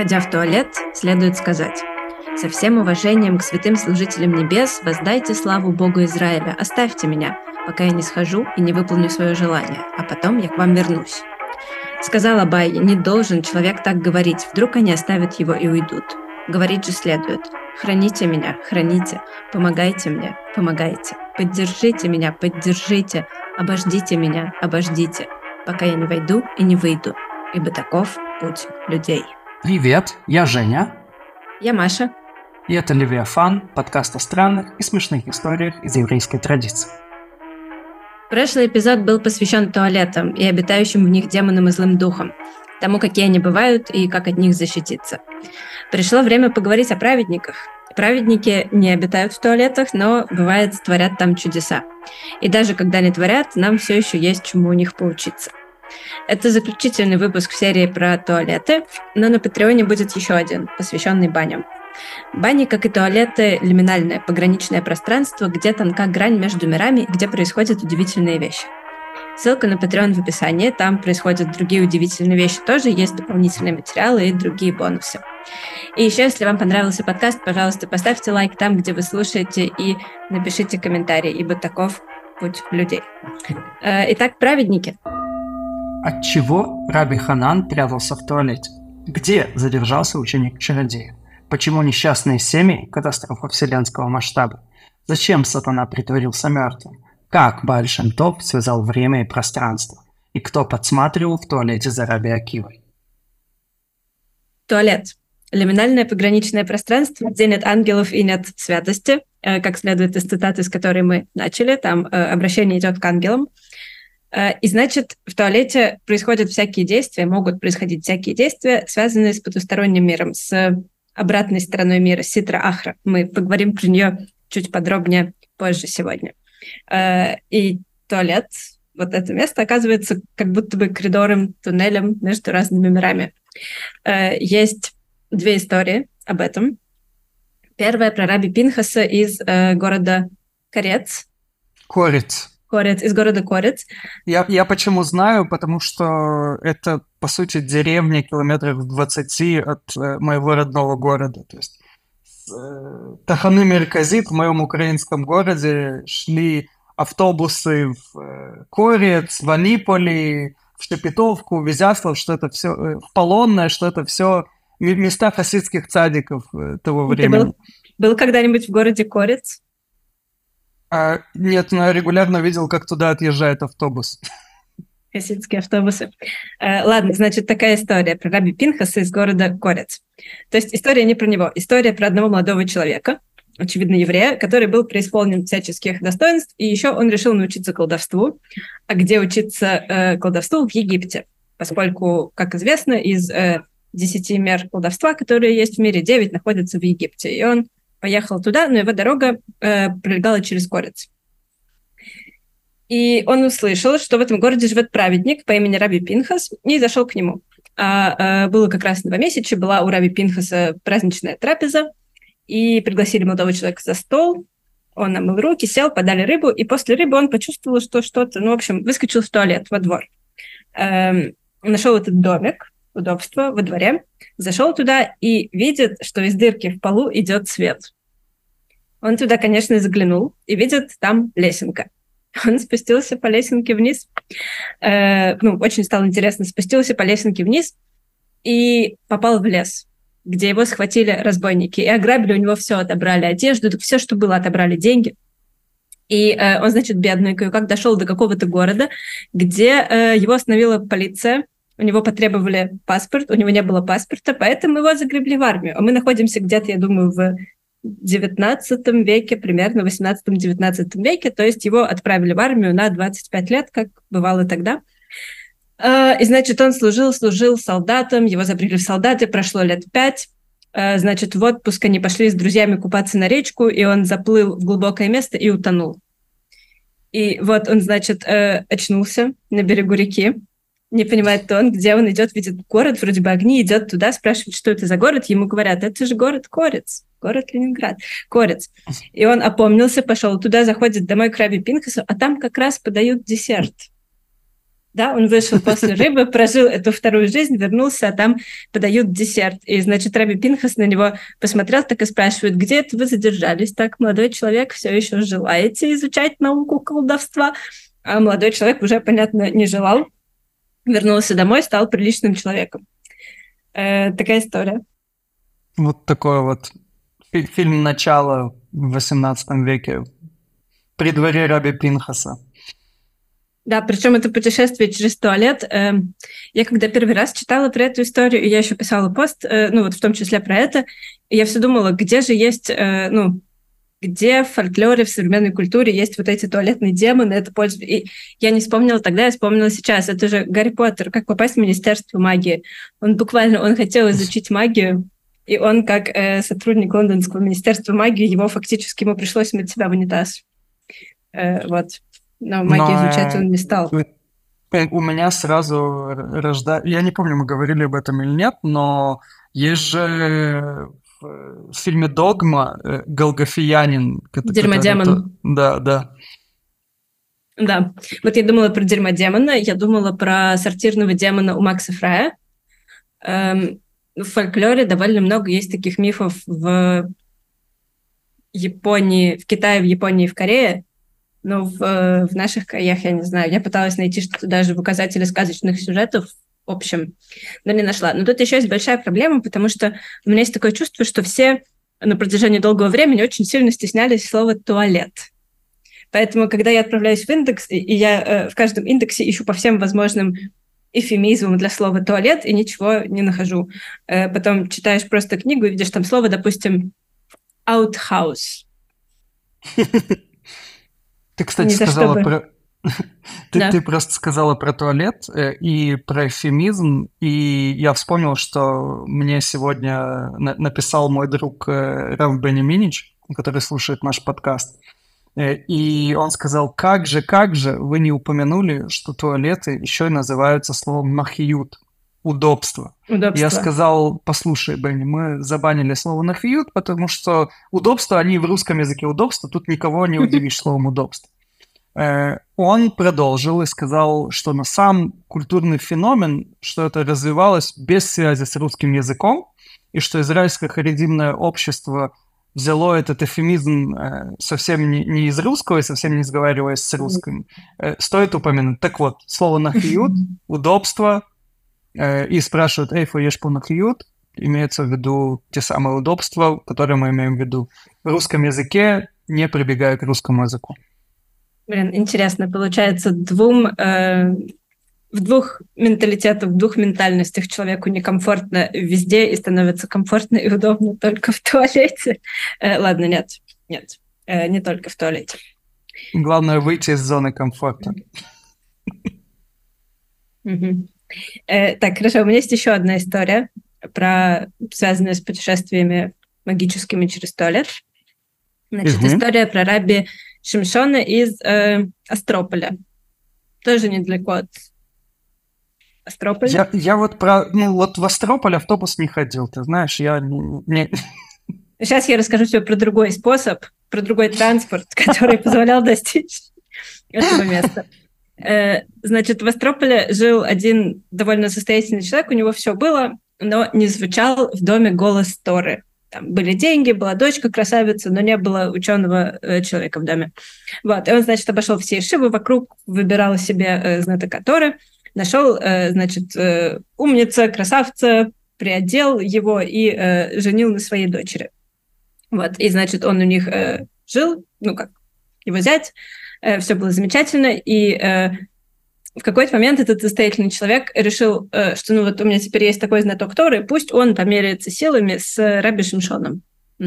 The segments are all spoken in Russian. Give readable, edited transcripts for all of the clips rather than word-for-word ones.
Входя в туалет, следует сказать: «Со всем уважением к святым служителям небес воздайте славу Богу Израиля, оставьте меня, пока я не схожу и не выполню свое желание, а потом я к вам вернусь». Сказал Абай: «Не должен человек так говорить, вдруг они оставят его и уйдут. Говорить же следует: храните меня, храните, помогайте мне, помогайте, поддержите меня, поддержите, обождите меня, обождите, пока я не войду и не выйду, ибо таков путь людей». Привет, я Женя. Я Маша. И это «Левиафан», подкаст о странных и смешных историях из еврейской традиции. Прошлый эпизод был посвящен туалетам и обитающим в них демонам и злым духам, тому, какие они бывают и как от них защититься. Пришло время поговорить о праведниках. Праведники не обитают в туалетах, но, бывает, творят там чудеса. И даже когда не творят, нам все еще есть чему у них поучиться. Это заключительный выпуск в серии про туалеты, но на Патреоне будет еще один, посвященный баням. Бани, как и туалеты, лиминальное, пограничное пространство, где тонка грань между мирами, где происходят удивительные вещи. Ссылка на Patreon в описании, там происходят другие удивительные вещи тоже, есть дополнительные материалы и другие бонусы. И еще, если вам понравился подкаст, пожалуйста, поставьте лайк там, где вы слушаете, и напишите комментарий, ибо таков путь людей. Итак, праведники. Отчего Раби Ханан прятался в туалете? Где задержался ученик-чародея? Почему несчастные семьи – катастрофа вселенского масштаба? Зачем сатана притворился мертвым? Как Бааль Шем Тов связал время и пространство? И кто подсматривал в туалете за Раби Акивой? Туалет. Лиминальное пограничное пространство, где нет ангелов и нет святости, как следует из цитаты, с которой мы начали, там обращение идет к ангелам. И значит, в туалете происходят всякие действия, могут происходить всякие действия, связанные с потусторонним миром, с обратной стороной мира, Ситра Ахра. Мы поговорим про нее чуть подробнее позже сегодня. И туалет, вот это место, оказывается как будто бы коридором, туннелем между разными мирами. Есть две истории об этом. Первая про раби Пинхаса из города Корец. Корец, из города Корец. Я почему знаю, потому что это, по сути, деревня километров 20 от моего родного города. То есть Таханы Мерказит, в моем украинском городе, шли автобусы в Корец, в Аниполи, в Шепетовку, в Изяслав, что это все, в Полонное, что это все места хасидских цадиков того времени. Ты был когда-нибудь в городе Корец? Нет, но я регулярно видел, как туда отъезжает автобус. Хасидские автобусы. Ладно, значит, такая история про раби Пинхаса из города Корец. То есть история не про него, история про одного молодого человека, очевидно, еврея, который был преисполнен всяческих достоинств, и еще он решил научиться колдовству. А где учиться колдовству? В Египте. Поскольку, как известно, из 10 мер колдовства, которые есть в мире, 9 находятся в Египте. И он поехал туда, но его дорога пролегала через Корец. И он услышал, что в этом городе живет праведник по имени Раби Пинхас, и зашел к нему. Было как раз новомесячье, была у Раби Пинхаса праздничная трапеза, и пригласили молодого человека за стол, он намыл руки, сел, подали рыбу, и после рыбы он почувствовал, что что-то, в общем, выскочил в туалет, во двор. Нашел этот домик, удобство, во дворе, зашел туда и видит, что из дырки в полу идет свет. Он туда, конечно, заглянул и видит, там лесенка. Он спустился по лесенке вниз. Очень стало интересно. Спустился по лесенке вниз и попал в лес, где его схватили разбойники и ограбили, у него все отобрали, одежду, все, что было, отобрали, деньги. И он, значит, бедный, как дошел до какого-то города, где его остановила полиция, у него потребовали паспорт, у него не было паспорта, поэтому его загребли в армию. А мы находимся где-то, я думаю, в 19 веке, примерно в 18-19 веке, то есть его отправили в армию на 25 лет, как бывало тогда. И, значит, он служил солдатом, его забрали в солдаты, прошло лет 5. Значит, в отпуск они пошли с друзьями купаться на речку, и он заплыл в глубокое место и утонул. И вот он, значит, очнулся на берегу реки, не понимает, кто он, где он идет, видит город, вроде бы огни, идет туда, спрашивает, что это за город, ему говорят, это же город Корец, город Ленинград, Корец. И он опомнился, пошел туда, заходит домой к раби Пинхасу, а там как раз подают десерт. Да, он вышел после рыбы, прожил эту вторую жизнь, вернулся, а там подают десерт. И, значит, Раби Пинхас на него посмотрел так и спрашивает: где это вы задержались так, молодой человек, все еще желаете изучать науку колдовства? А молодой человек уже, понятно, не желал, вернулся домой, стал приличным человеком. Такая история. Вот такой вот фильм начала в XVIII веке при дворе Раби Пинхаса. Да, причем это путешествие через туалет. Я когда первый раз читала про эту историю, и я еще писала пост, ну вот в том числе про это, и я все думала, где же есть, где в фольклоре, в современной культуре есть вот эти туалетные демоны, это пользу. И я не вспомнила тогда, я вспомнила сейчас. Это же Гарри Поттер, как попасть в Министерство магии. Он хотел изучить магию, и он, как сотрудник Лондонского Министерства магии, ему пришлось мыть себя в унитаз. Вот. Но магию изучать он не стал. У меня сразу рождается... Я не помню, мы говорили об этом или нет, но есть же в фильме «Догма» Голгофиянин. Дерьмодемон. Да, да. Да. Вот я думала про дерьмодемона, я думала про сортирного демона у Макса Фрая. В фольклоре довольно много есть таких мифов в Японии, в Китае, в Японии и в Корее. Но в наших краях, я не знаю, я пыталась найти что-то даже в указателе сказочных сюжетов в общем, но не нашла. Но тут еще есть большая проблема, потому что у меня есть такое чувство, что все на протяжении долгого времени очень сильно стеснялись слова «туалет». Поэтому, когда я отправляюсь в индекс, и я в каждом индексе ищу по всем возможным эвфемизмам для слова «туалет» и ничего не нахожу. Потом читаешь просто книгу и видишь там слово, допустим, «outhouse». Ты, кстати, сказала про... Ты просто сказала про туалет и про эвфемизм, и я вспомнил, что мне сегодня написал мой друг Рав Бенеминич, который слушает наш подкаст, и он сказал: как же вы не упомянули, что туалеты еще и называются словом «нахиют» — удобство. Я сказал: послушай, Бенни, мы забанили слово «нахиют», потому что удобство, они в русском языке удобство, тут никого не удивишь словом «удобство». Он продолжил и сказал, что на сам культурный феномен, что это развивалось без связи с русским языком, и что израильское харидимное общество взяло этот эвфемизм совсем не из русского и совсем не сговариваясь с русским. Стоит упомянуть. Так вот, слово «нахиют» — удобство, и спрашивают: «Эйфу ешь по нахиют?» Имеется в виду те самые удобства, которые мы имеем в виду в русском языке, не прибегая к русскому языку. Блин, интересно, получается, в двух менталитетах, в двух ментальностях человеку некомфортно везде и становится комфортно и удобно только в туалете. Ладно, нет, не только в туалете. Главное выйти из зоны комфорта. Так, хорошо, у меня есть еще одна история, связанная с путешествиями магическими через туалет. Значит, история про раби Шимшона из Астрополя. Тоже недалеко от Астрополя. Я вот в Астрополь автобус не ходил, ты знаешь, я не... Сейчас я расскажу тебе про другой способ, про другой транспорт, который позволял достичь этого места. Значит, в Астрополе жил один довольно состоятельный человек, у него все было, но не звучал в доме голос Торы. Там были деньги, была дочка красавица, но не было ученого человека в доме. Вот. И он, значит, обошел все ешивы вокруг, выбирал себе знатока Торы, нашел, значит, умница, красавца, приодел его и женил на своей дочери. Вот. И, значит, он у них жил, как его зять, все было замечательно, и в какой-то момент этот состоятельный человек решил, что вот у меня теперь есть такой знаток Торы, пусть он померяется силами с раби Шимшоном.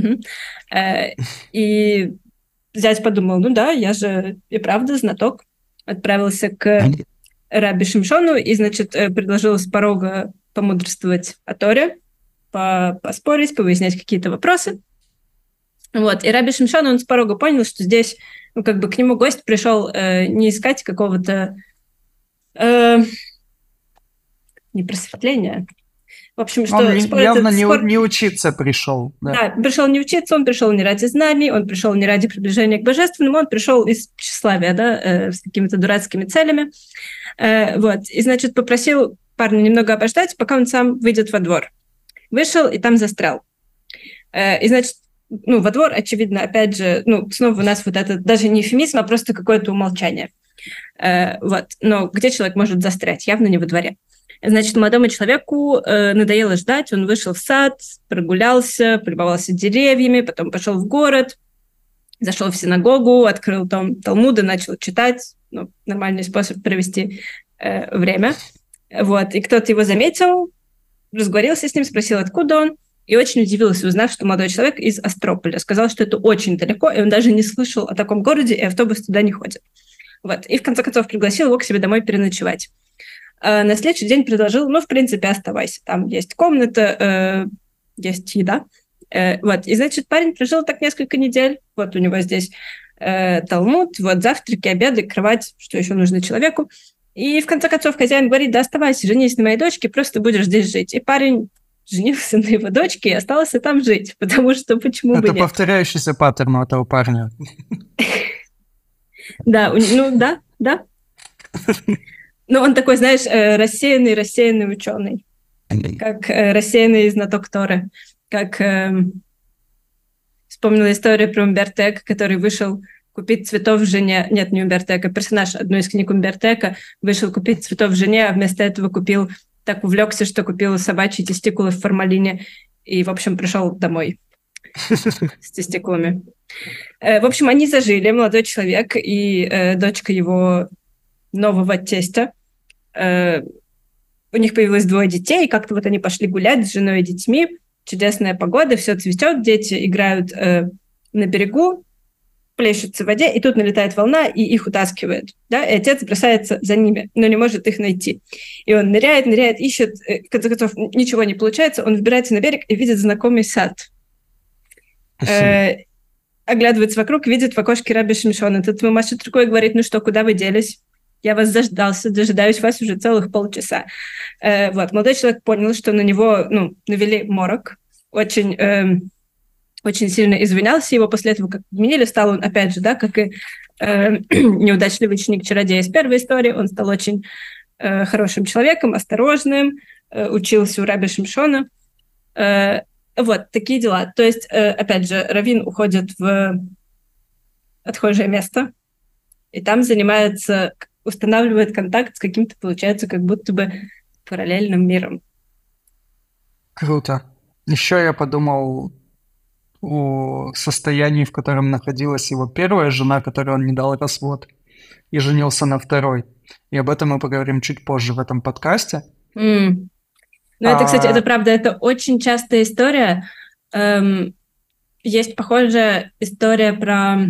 И зять подумал: я же и правда знаток. Отправился к раби Шимшону и, значит, предложил с порога помудрствовать о Торе, поспорить, повыяснять какие-то вопросы. Вот. И раби Шимшон, он с порога понял, что здесь к нему гость пришел не искать какого-то не просветления, В общем, Он что спор явно этот спор... не учиться пришел. Да, пришел не учиться, он пришел не ради знаний, он пришел не ради приближения к божественному, он пришел из тщеславия, да, с какими-то дурацкими целями. Вот. И, значит, попросил парня немного обождать, пока он сам выйдет во двор. Вышел и там застрял. И, значит, во двор, очевидно, опять же, снова у нас вот это даже не эвфемизм, а просто какое-то умолчание. Вот. Но где человек может застрять? Явно не во дворе. Значит, молодому человеку надоело ждать, он вышел в сад, прогулялся, полюбовался деревьями, потом пошел в город, зашел в синагогу, открыл там Талмуд и начал читать. Нормальный способ провести время. Вот. И кто-то его заметил, разговорился с ним, спросил, откуда он, и очень удивился, узнав, что молодой человек из Астрополя. Сказал, что это очень далеко, и он даже не слышал о таком городе, и автобус туда не ходит. Вот. И в конце концов пригласил его к себе домой переночевать. На следующий день предложил, в принципе, оставайся. Там есть комната, есть еда. Вот. И, значит, парень прожил так несколько недель. Вот у него здесь Талмуд, вот завтраки, обеды, кровать, что еще нужно человеку. И в конце концов хозяин говорит, да оставайся, женись на моей дочке, просто будешь здесь жить. И парень женился на его дочке и остался там жить, потому что почему бы нет? Это повторяющийся паттерн у этого парня. Да, да. Он такой, знаешь, рассеянный ученый, как рассеянный знаток Торы, как вспомнила историю про Умберто Эко, который вышел купить цветов жене. Нет, не Умберто Эко, персонаж одной из книг Умберто Эко вышел купить цветов жене, а вместо этого так увлекся, что купил собачьи тестикулы в формалине и, в общем, пришел домой с тестикулами. В общем, они зажили, молодой человек и дочка его нового тестя. У них появилось 2 детей, и как-то вот они пошли гулять с женой и детьми. Чудесная погода, все цветет, дети играют на берегу, плещутся в воде, и тут налетает волна, и их утаскивает. Да? И отец бросается за ними, но не может их найти. И он ныряет, ищет, в конце концов, ничего не получается, он выбирается на берег и видит знакомый сад. Оглядывается вокруг, видит в окошке Раби Шимшона. Тут ему машет рукой и говорит, ну что, куда вы делись? Я вас дожидаюсь вас уже целых полчаса. Вот. Молодой человек понял, что на него навели морок. Очень сильно извинялся. Его после этого как подменили. Стал он, опять же, да, как и неудачливый ученик-чародей из первой истории. Он стал очень хорошим человеком, осторожным, учился у Раби Шимшона. Вот, такие дела. То есть, опять же, раввин уходит в отхожее место, и там устанавливает контакт с каким-то, получается, как будто бы параллельным миром. Круто. Еще я подумал о состоянии, в котором находилась его первая жена, которой он не дал развод, и женился на второй. И об этом мы поговорим чуть позже в этом подкасте. Это, кстати, это правда, это очень частая история. Есть похожая история про...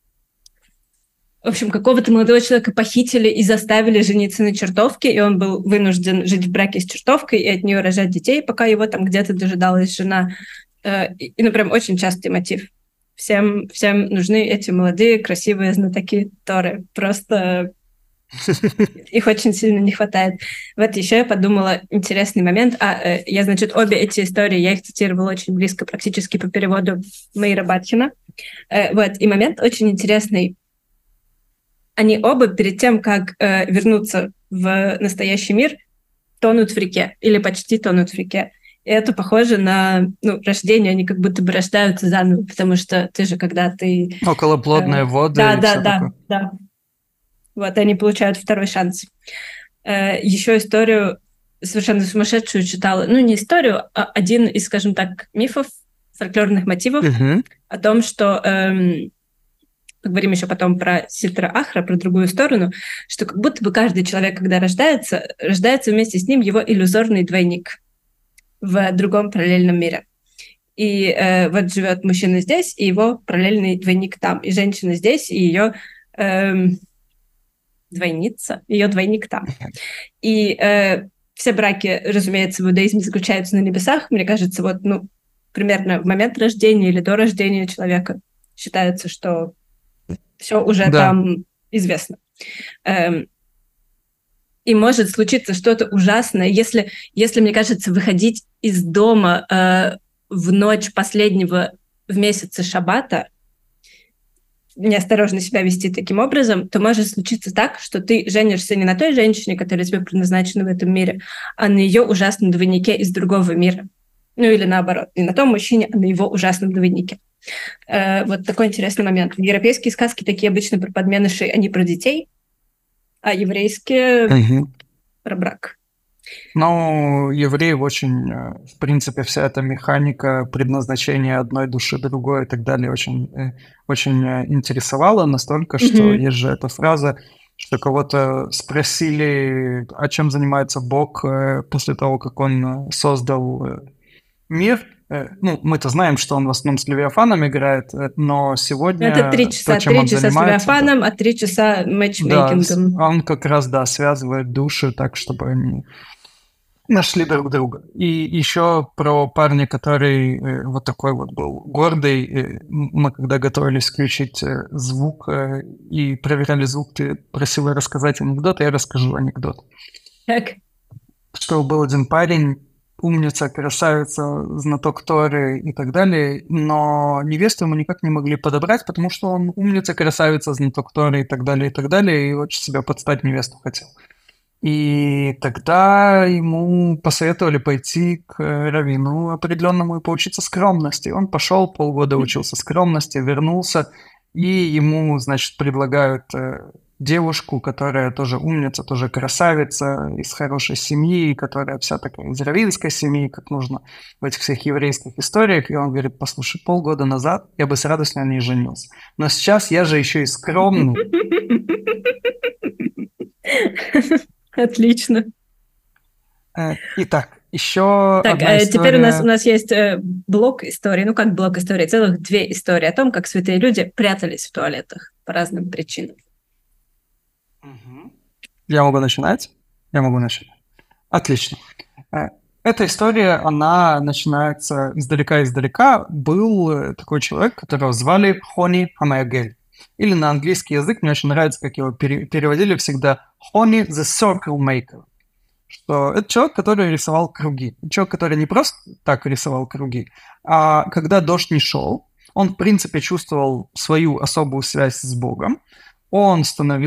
В общем, какого-то молодого человека похитили и заставили жениться на чертовке, и он был вынужден жить в браке с чертовкой и от нее рожать детей, пока его там где-то дожидалась жена. Прям очень частый мотив. Всем нужны эти молодые, красивые знатоки Торы. Просто их очень сильно не хватает. Вот еще я подумала, интересный момент. Я, значит, обе эти истории, я их цитировала очень близко, практически по переводу Меира Батхина. Вот, и момент очень интересный. Они оба перед тем, как вернуться в настоящий мир, тонут в реке, или почти тонут в реке. И это похоже на рождение, они как будто бы рождаются заново, потому что ты же, когда ты... Околоплодные воды. Да. Вот, они получают второй шанс. Еще историю совершенно сумасшедшую читала. Не историю, а один из, скажем так, мифов, фольклорных мотивов о том, что... Поговорим еще потом про Ситра Ахра, про другую сторону, что как будто бы каждый человек, когда рождается вместе с ним его иллюзорный двойник в другом параллельном мире. И вот живет мужчина здесь, и его параллельный двойник там, и женщина здесь, и ее двойница, ее двойник там. И все браки, разумеется, в иудаизме заключаются на небесах. Мне кажется, вот, примерно в момент рождения или до рождения человека считается, что все уже там известно. и может случиться что-то ужасное, если, мне кажется, выходить из дома в ночь последнего в месяце шаббата, неосторожно себя вести таким образом, то может случиться так, что ты женишься не на той женщине, которая тебе предназначена в этом мире, а на ее ужасном двойнике из другого мира. Ну или наоборот, не на том мужчине, а на его ужасном двойнике. Вот такой интересный момент. Европейские сказки такие обычно про подменышей, они про детей, а еврейские про брак. Ну, евреев очень, в принципе, вся эта механика предназначения одной души другой и так далее очень, очень интересовала, настолько, что есть же эта фраза, что кого-то спросили, а чем занимается Бог после того, как он создал мир. Ну, мы-то знаем, что он в основном с Левиафаном играет, но сегодня это 3 часа, то, чем 3 он часа занимается, с Левиафаном, а 3 часа матчмейкингом. Да, он как раз, да, связывает души так, чтобы они нашли друг друга. И еще про парня, который вот такой вот был гордый. Мы когда готовились включить звук и проверяли звук, ты просила рассказать анекдот, я расскажу анекдот. Так. Что был один парень, умница, красавица, знаток Торы и так далее, но невесту ему никак не могли подобрать, потому что он умница, красавица, знаток Торы и так далее, и очень себя подстать невесту хотел. И тогда ему посоветовали пойти к раввину определенному и поучиться скромности. Он пошел, полгода учился скромности, вернулся, и ему, значит, предлагают девушку, которая тоже умница, тоже красавица, из хорошей семьи, которая вся такая из раввинской семьи, как нужно в этих всех еврейских историях. И он говорит: послушай, полгода назад я бы с радостью на ней женился. Но сейчас я же еще и скромный. Отлично. Итак, еще так, одна история. Теперь у нас есть блок истории, ну как блок истории, целых 2 истории о том, как святые люди прятались в туалетах по разным причинам. Я могу начинать? Я могу начать. Отлично. Эта история, она начинается издалека-издалека. Был такой человек, которого звали Хони Хамаягель. Или на английский язык мне очень нравится, как его переводили всегда, Хони the Circle Maker. Что это человек, который рисовал круги. Человек, который не просто так рисовал круги, а когда дождь не шел, он, в принципе, чувствовал свою особую связь с Богом. Он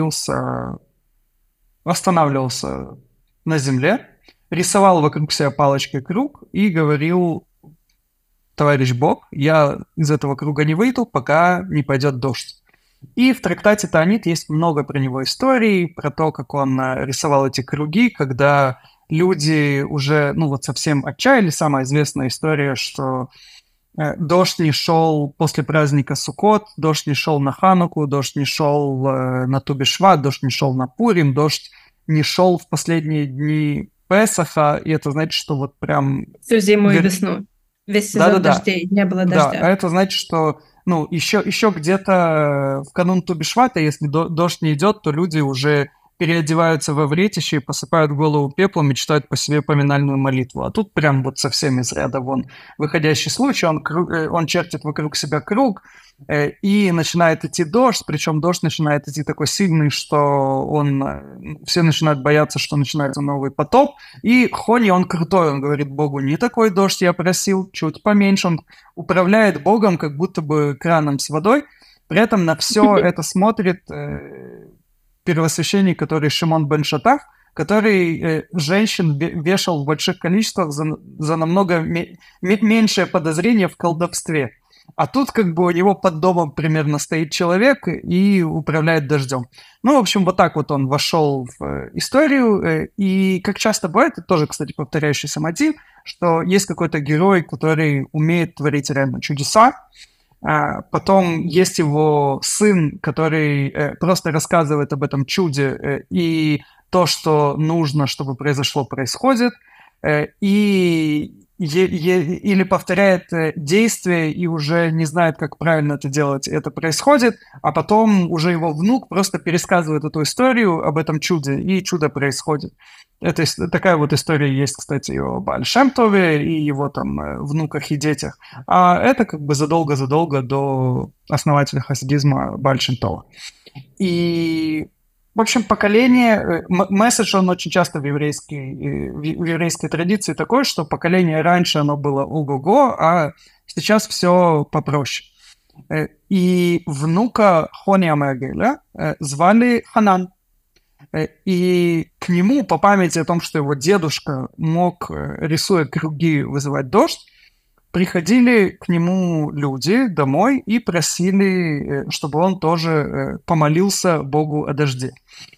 останавливался на земле, рисовал вокруг себя палочкой круг и говорил: товарищ Бог, я из этого круга не выйду, пока не пойдет дождь. И в трактате Таанит есть много про него историй, про то, как он рисовал эти круги, когда люди уже, ну вот совсем отчаялись. Самая известная история, что дождь не шел после праздника Суккот, дождь не шел на Хануку, дождь не шел на Ту-би-Шват, дождь не шел на Пурим, дождь не шел в последние дни Песаха, и это значит, что вот прям... Всю зиму и весну. Весь сезон дождей, не было дождя. Да, а это значит, что ну, еще где-то в канун Ту-би-Швата, если дождь не идет, то люди уже переодеваются во вретище и посыпают голову пеплом и читают по себе поминальную молитву. А тут прям вот совсем из ряда вон выходящий случай. Он чертит вокруг себя круг, и начинает идти дождь, причем дождь начинает идти такой сильный, что все начинают бояться, что начинается новый потоп. И Хони, он крутой, он говорит Богу: не такой дождь я просил, чуть поменьше. Он управляет Богом как будто бы краном с водой. При этом на все это смотрит первосвященник, который Шимон бен Шатах, который женщин вешал в больших количествах за намного меньшее подозрение в колдовстве. А тут как бы у него под домом примерно стоит человек и управляет дождем. Ну, в общем, вот так вот он вошел в историю. И как часто бывает, это тоже, кстати, повторяющийся мотив, что есть какой-то герой, который умеет творить реально чудеса. Потом есть его сын, который просто рассказывает об этом чуде, и то, что нужно, чтобы произошло, происходит. Или повторяет действие и уже не знает, как правильно это делать, это происходит, а потом уже его внук просто пересказывает эту историю об этом чуде, и чудо происходит. Такая вот история есть, кстати, о Бааль Шем Тове и его там внуках и детях. А это как бы задолго-задолго до основателя хасидизма Бааль Шем Това. И В общем, поколение, месседж, он очень часто в еврейской традиции такой, что поколение раньше оно было ого-го, а сейчас все попроще. И внука Хони Амегеля звали Ханан. И к нему, по памяти о том, что его дедушка мог, рисуя круги, вызывать дождь, приходили к нему люди домой и просили, чтобы он тоже помолился Богу о дожде.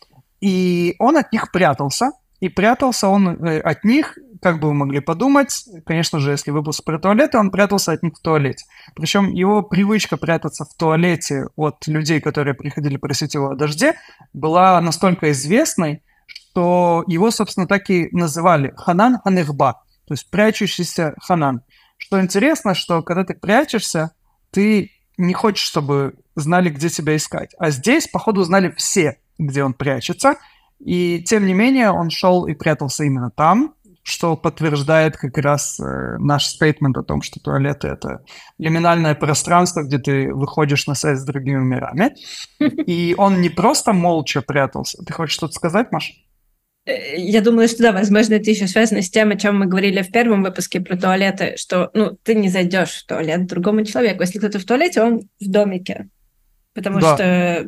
И он от них прятался, и прятался он от них, как бы вы могли подумать, конечно же, если выпуск про туалеты, он прятался от них в туалете. Причем его привычка прятаться в туалете от людей, которые приходили просить его о дожде, была настолько известной, что его, собственно, так и называли Ханан Ханехба, то есть прячущийся Ханан. Что интересно, что когда ты прячешься, ты не хочешь, чтобы знали, где тебя искать. А здесь, походу, знали все, где он прячется. И, тем не менее, он шел и прятался именно там, что подтверждает как раз наш стейтмент о том, что туалеты — это лиминальное пространство, где ты выходишь на связь с другими мирами. И он не просто молча прятался. Ты хочешь что-то сказать, Маша? Я думаю, что да, возможно, это еще связано с тем, о чем мы говорили в первом выпуске про туалеты, что ты не зайдешь в туалет другому человеку. Если кто-то в туалете, он в домике, потому Да. что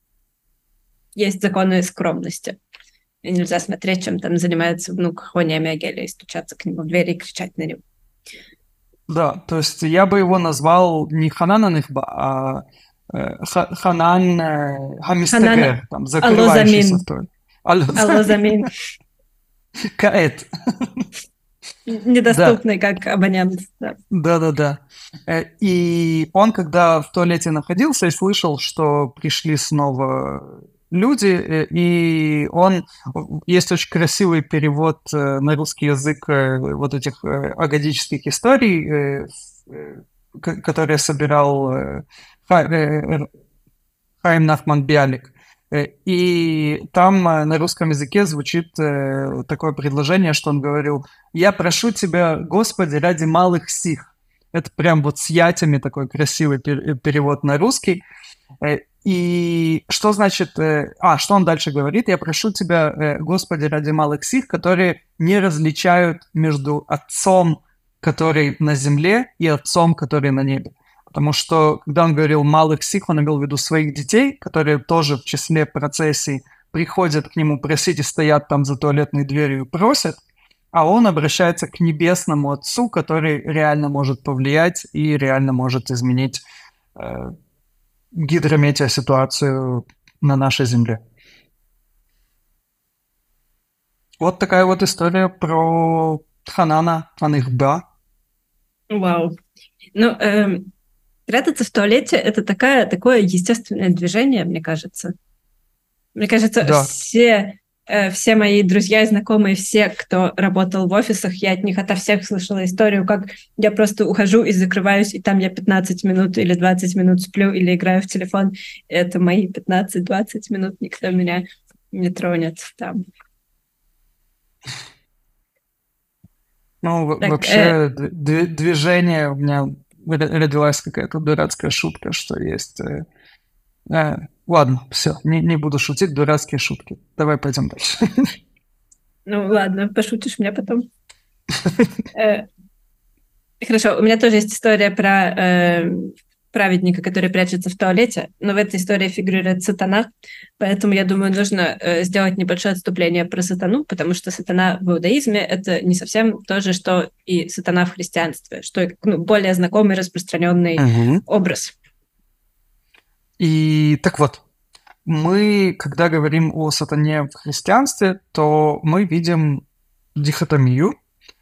есть законы скромности. И нельзя смотреть, чем там занимается внук Хони Амегеля, и стучаться к нему в дверь и кричать на него. Да, то есть я бы его назвал не Ханан Анихба, а Ханан Хамистегер, там, закрывающийся в туалете. Аллозамин. Каэт. Недоступный как абонент. Да. И он, когда в туалете находился и слышал, что пришли снова люди, и есть очень красивый перевод на русский язык вот этих агадических историй, которые собирал Хаим Нахман Биалик. И там на русском языке звучит такое предложение, что он говорил: «Я прошу тебя, Господи, ради малых сих». Это прям вот с ятями такой красивый перевод на русский. И что значит... что он дальше говорит? «Я прошу тебя, Господи, ради малых сих, которые не различают между Отцом, который на земле, и Отцом, который на небе». Потому что, когда он говорил «малых сих», он имел в виду своих детей, которые тоже в числе процессий приходят к нему просить и стоят там за туалетной дверью и просят, а он обращается к небесному Отцу, который реально может повлиять и реально может изменить гидрометеоситуацию на нашей Земле. Вот такая вот история про Ханана Анихба. Вау. Прятаться в туалете — это такое естественное движение, мне кажется. Мне кажется, Да. все мои друзья и знакомые, все, кто работал в офисах, я от них ото всех слышала историю, как я просто ухожу и закрываюсь, и там я 15 минут или 20 минут сплю или играю в телефон. Это мои 15-20 минут, никто меня не тронет там. Вообще, движение, у меня родилась какая-то дурацкая шутка, что есть... ладно, все, не буду шутить, дурацкие шутки. Давай пойдем дальше. Ладно, пошутишь меня потом. Хорошо, у меня тоже есть история про праведника, который прячется в туалете, но в этой истории фигурирует сатана, поэтому, я думаю, нужно сделать небольшое отступление про сатану, потому что сатана в иудаизме — это не совсем то же, что и сатана в христианстве, что более знакомый, распространенный образ. И так вот, мы, когда говорим о сатане в христианстве, то мы видим дихотомию.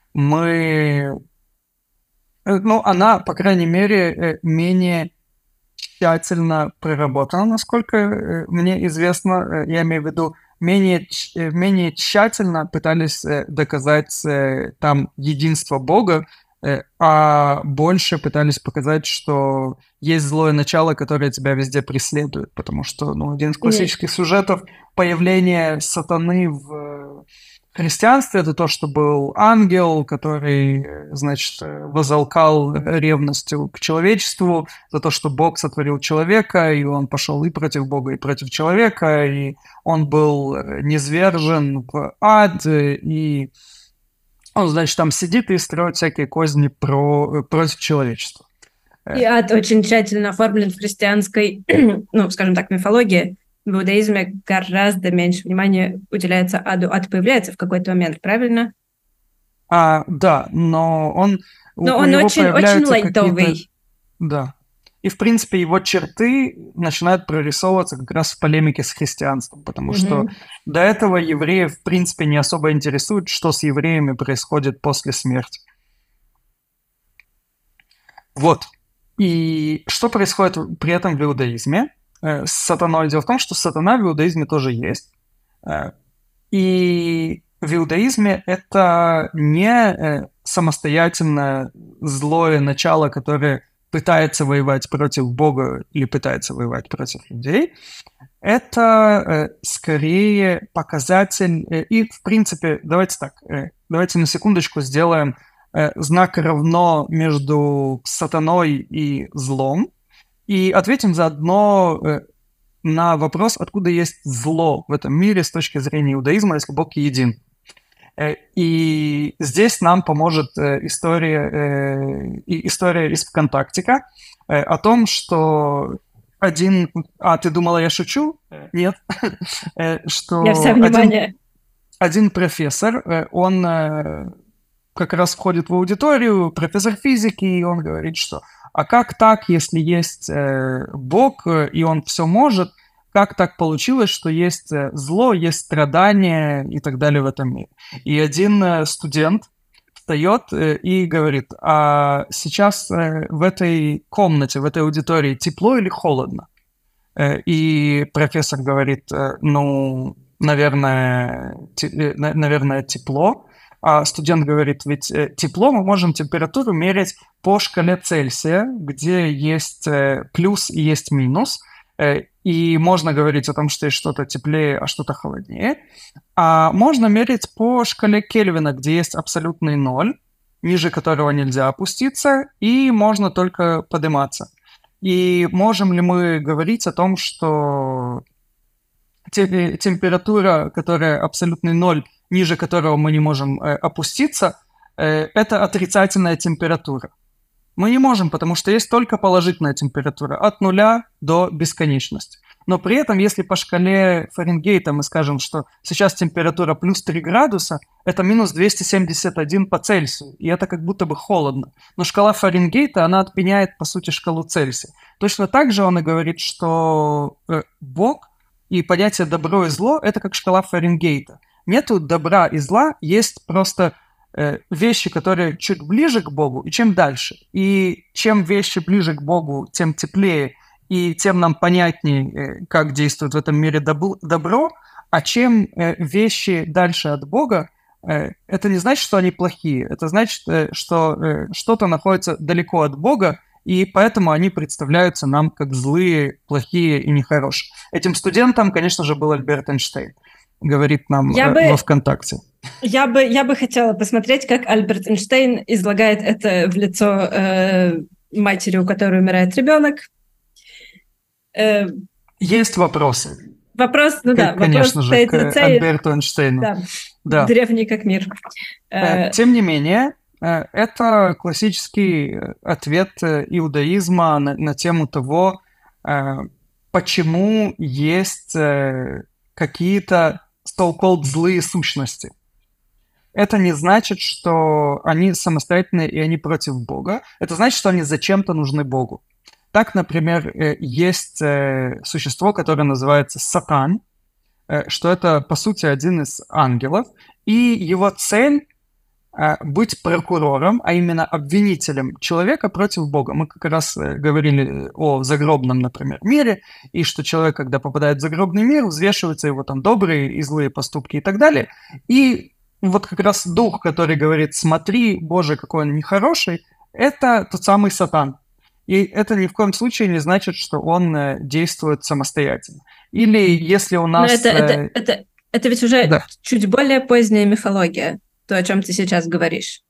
Она, по крайней мере, менее тщательно проработана, насколько мне известно. Я имею в виду, менее тщательно пытались доказать там единство Бога, а больше пытались показать, что есть злое начало, которое тебя везде преследует. Потому что один из классических сюжетов — появление сатаны в христианстве это то, что был ангел, который, значит, возалкал ревностью к человечеству за то, что Бог сотворил человека, и он пошел и против Бога, и против человека, и он был низвержен в ад, и он, значит, там сидит и строит всякие козни против человечества. И ад очень тщательно оформлен в христианской, ну, скажем так, мифологии. В иудаизме гораздо меньше внимания уделяется аду. Ад появляется в какой-то момент, правильно? Да, но он Но у он него очень появляются какие-то... лайтовый. Да. И, в принципе, его черты начинают прорисовываться как раз в полемике с христианством, потому что до этого евреев, в принципе, не особо интересует, что с евреями происходит после смерти. Вот. И что происходит при этом в иудаизме с сатаной? Дело в том, что сатана в иудаизме тоже есть. И в иудаизме это не самостоятельное злое начало, которое пытается воевать против Бога или пытается воевать против людей. Это скорее показатель... И, в принципе, давайте так, давайте на секундочку сделаем знак равно между сатаной и злом и ответим заодно на вопрос, откуда есть зло в этом мире с точки зрения иудаизма, если Бог един. И здесь нам поможет история из ВКонтактика о том, что один... ты думала, я шучу? Нет. Что Я вся внимание. один профессор, он как раз входит в аудиторию, профессор физики, и он говорит, что а как так, если есть Бог, и он все может, как так получилось, что есть зло, есть страдания и так далее в этом мире? И один студент встает и говорит, а сейчас в этой комнате, в этой аудитории тепло или холодно? И профессор говорит, ну, наверное, тепло. А студент говорит, ведь тепло мы можем температуру мерять по шкале Цельсия, где есть плюс и есть минус, и можно говорить о том, что есть что-то теплее, а что-то холоднее. А можно мерить по шкале Кельвина, где есть абсолютный ноль, ниже которого нельзя опуститься, и можно только подниматься. И можем ли мы говорить о том, что температура, которая абсолютный ноль, ниже которого мы не можем опуститься, это отрицательная температура? Мы не можем, потому что есть только положительная температура от нуля до бесконечности. Но при этом, если по шкале Фаренгейта мы скажем, что сейчас температура плюс 3 градуса, это минус 271 по Цельсию, и это как будто бы холодно. Но шкала Фаренгейта, она отменяет, по сути, шкалу Цельсия. Точно так же он и говорит, что Бог и понятие добро и зло – это как шкала Фаренгейта. Нету добра и зла, есть просто вещи, которые чуть ближе к Богу, и чем дальше. И чем вещи ближе к Богу, тем теплее, и тем нам понятнее, как действует в этом мире добро, а чем вещи дальше от Бога, это не значит, что они плохие, это значит, что что-то находится далеко от Бога, и поэтому они представляются нам как злые, плохие и нехорошие. Этим студентом, конечно же, был Альберт Эйнштейн, говорит нам во ВКонтакте. Я бы хотела посмотреть, как Альберт Эйнштейн излагает это в лицо матери, у которой умирает ребенок. Есть вопросы. Вопрос, конечно же, к Альберту Эйнштейну. Да. Древний как мир. Тем не менее, это классический ответ иудаизма на тему того, почему есть какие-то so-called злые сущности. Это не значит, что они самостоятельные и они против Бога. Это значит, что они зачем-то нужны Богу. Так, например, есть существо, которое называется Сатан, что это, по сути, один из ангелов, и его цель быть прокурором, а именно обвинителем человека против Бога. Мы как раз говорили о загробном, например, мире, и что человек, когда попадает в загробный мир, взвешиваются его там добрые и злые поступки и так далее. И вот как раз дух, который говорит, смотри, Боже, какой он нехороший, это тот самый Сатан. И это ни в коем случае не значит, что он действует самостоятельно. Или если у нас... Это ведь уже Да. чуть более поздняя мифология, то, о чем ты сейчас говоришь.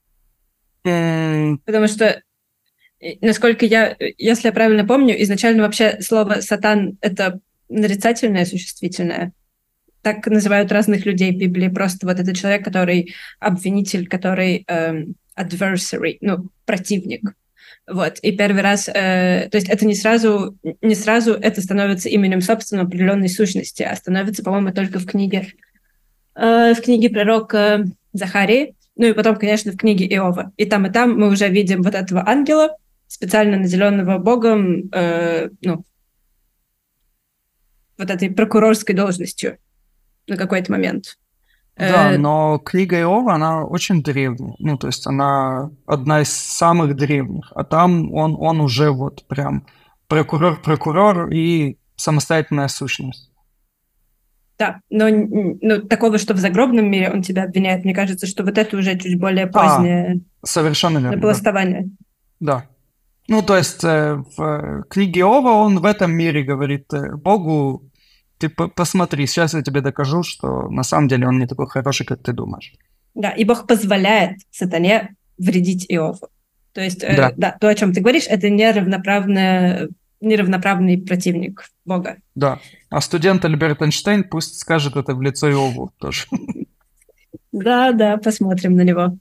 Потому что, насколько если я правильно помню, изначально вообще слово «сатан» — это нарицательное существительное. Так называют разных людей в Библии. Просто вот это человек, который обвинитель, который adversary, ну, противник. Вот. И первый раз, то есть это не сразу это становится именем собственной определенной сущности, а становится, по-моему, только в книге пророка Захарии, ну и потом, конечно, в книге Иова. И там мы уже видим вот этого ангела, специально наделенного Богом, ну, вот этой прокурорской должностью на какой-то момент. Да, но книга Иова, она очень древняя. Ну, то есть она одна из самых древних. А там он уже вот прям прокурор и самостоятельная сущность. Да, но такого, что в загробном мире он тебя обвиняет, мне кажется, что вот это уже чуть более А, позднее совершенно верно, да. напластование. Да. Ну, то есть в книге Иова он в этом мире говорит Богу, ты посмотри, сейчас я тебе докажу, что на самом деле он не такой хороший, как ты думаешь. Да, и Бог позволяет сатане вредить Иову. То есть, Да. да, то, о чем ты говоришь, это неравноправный противник Бога. Да. А студент Альберт Эйнштейн пусть скажет это в лицо Иову тоже. Да, посмотрим на него.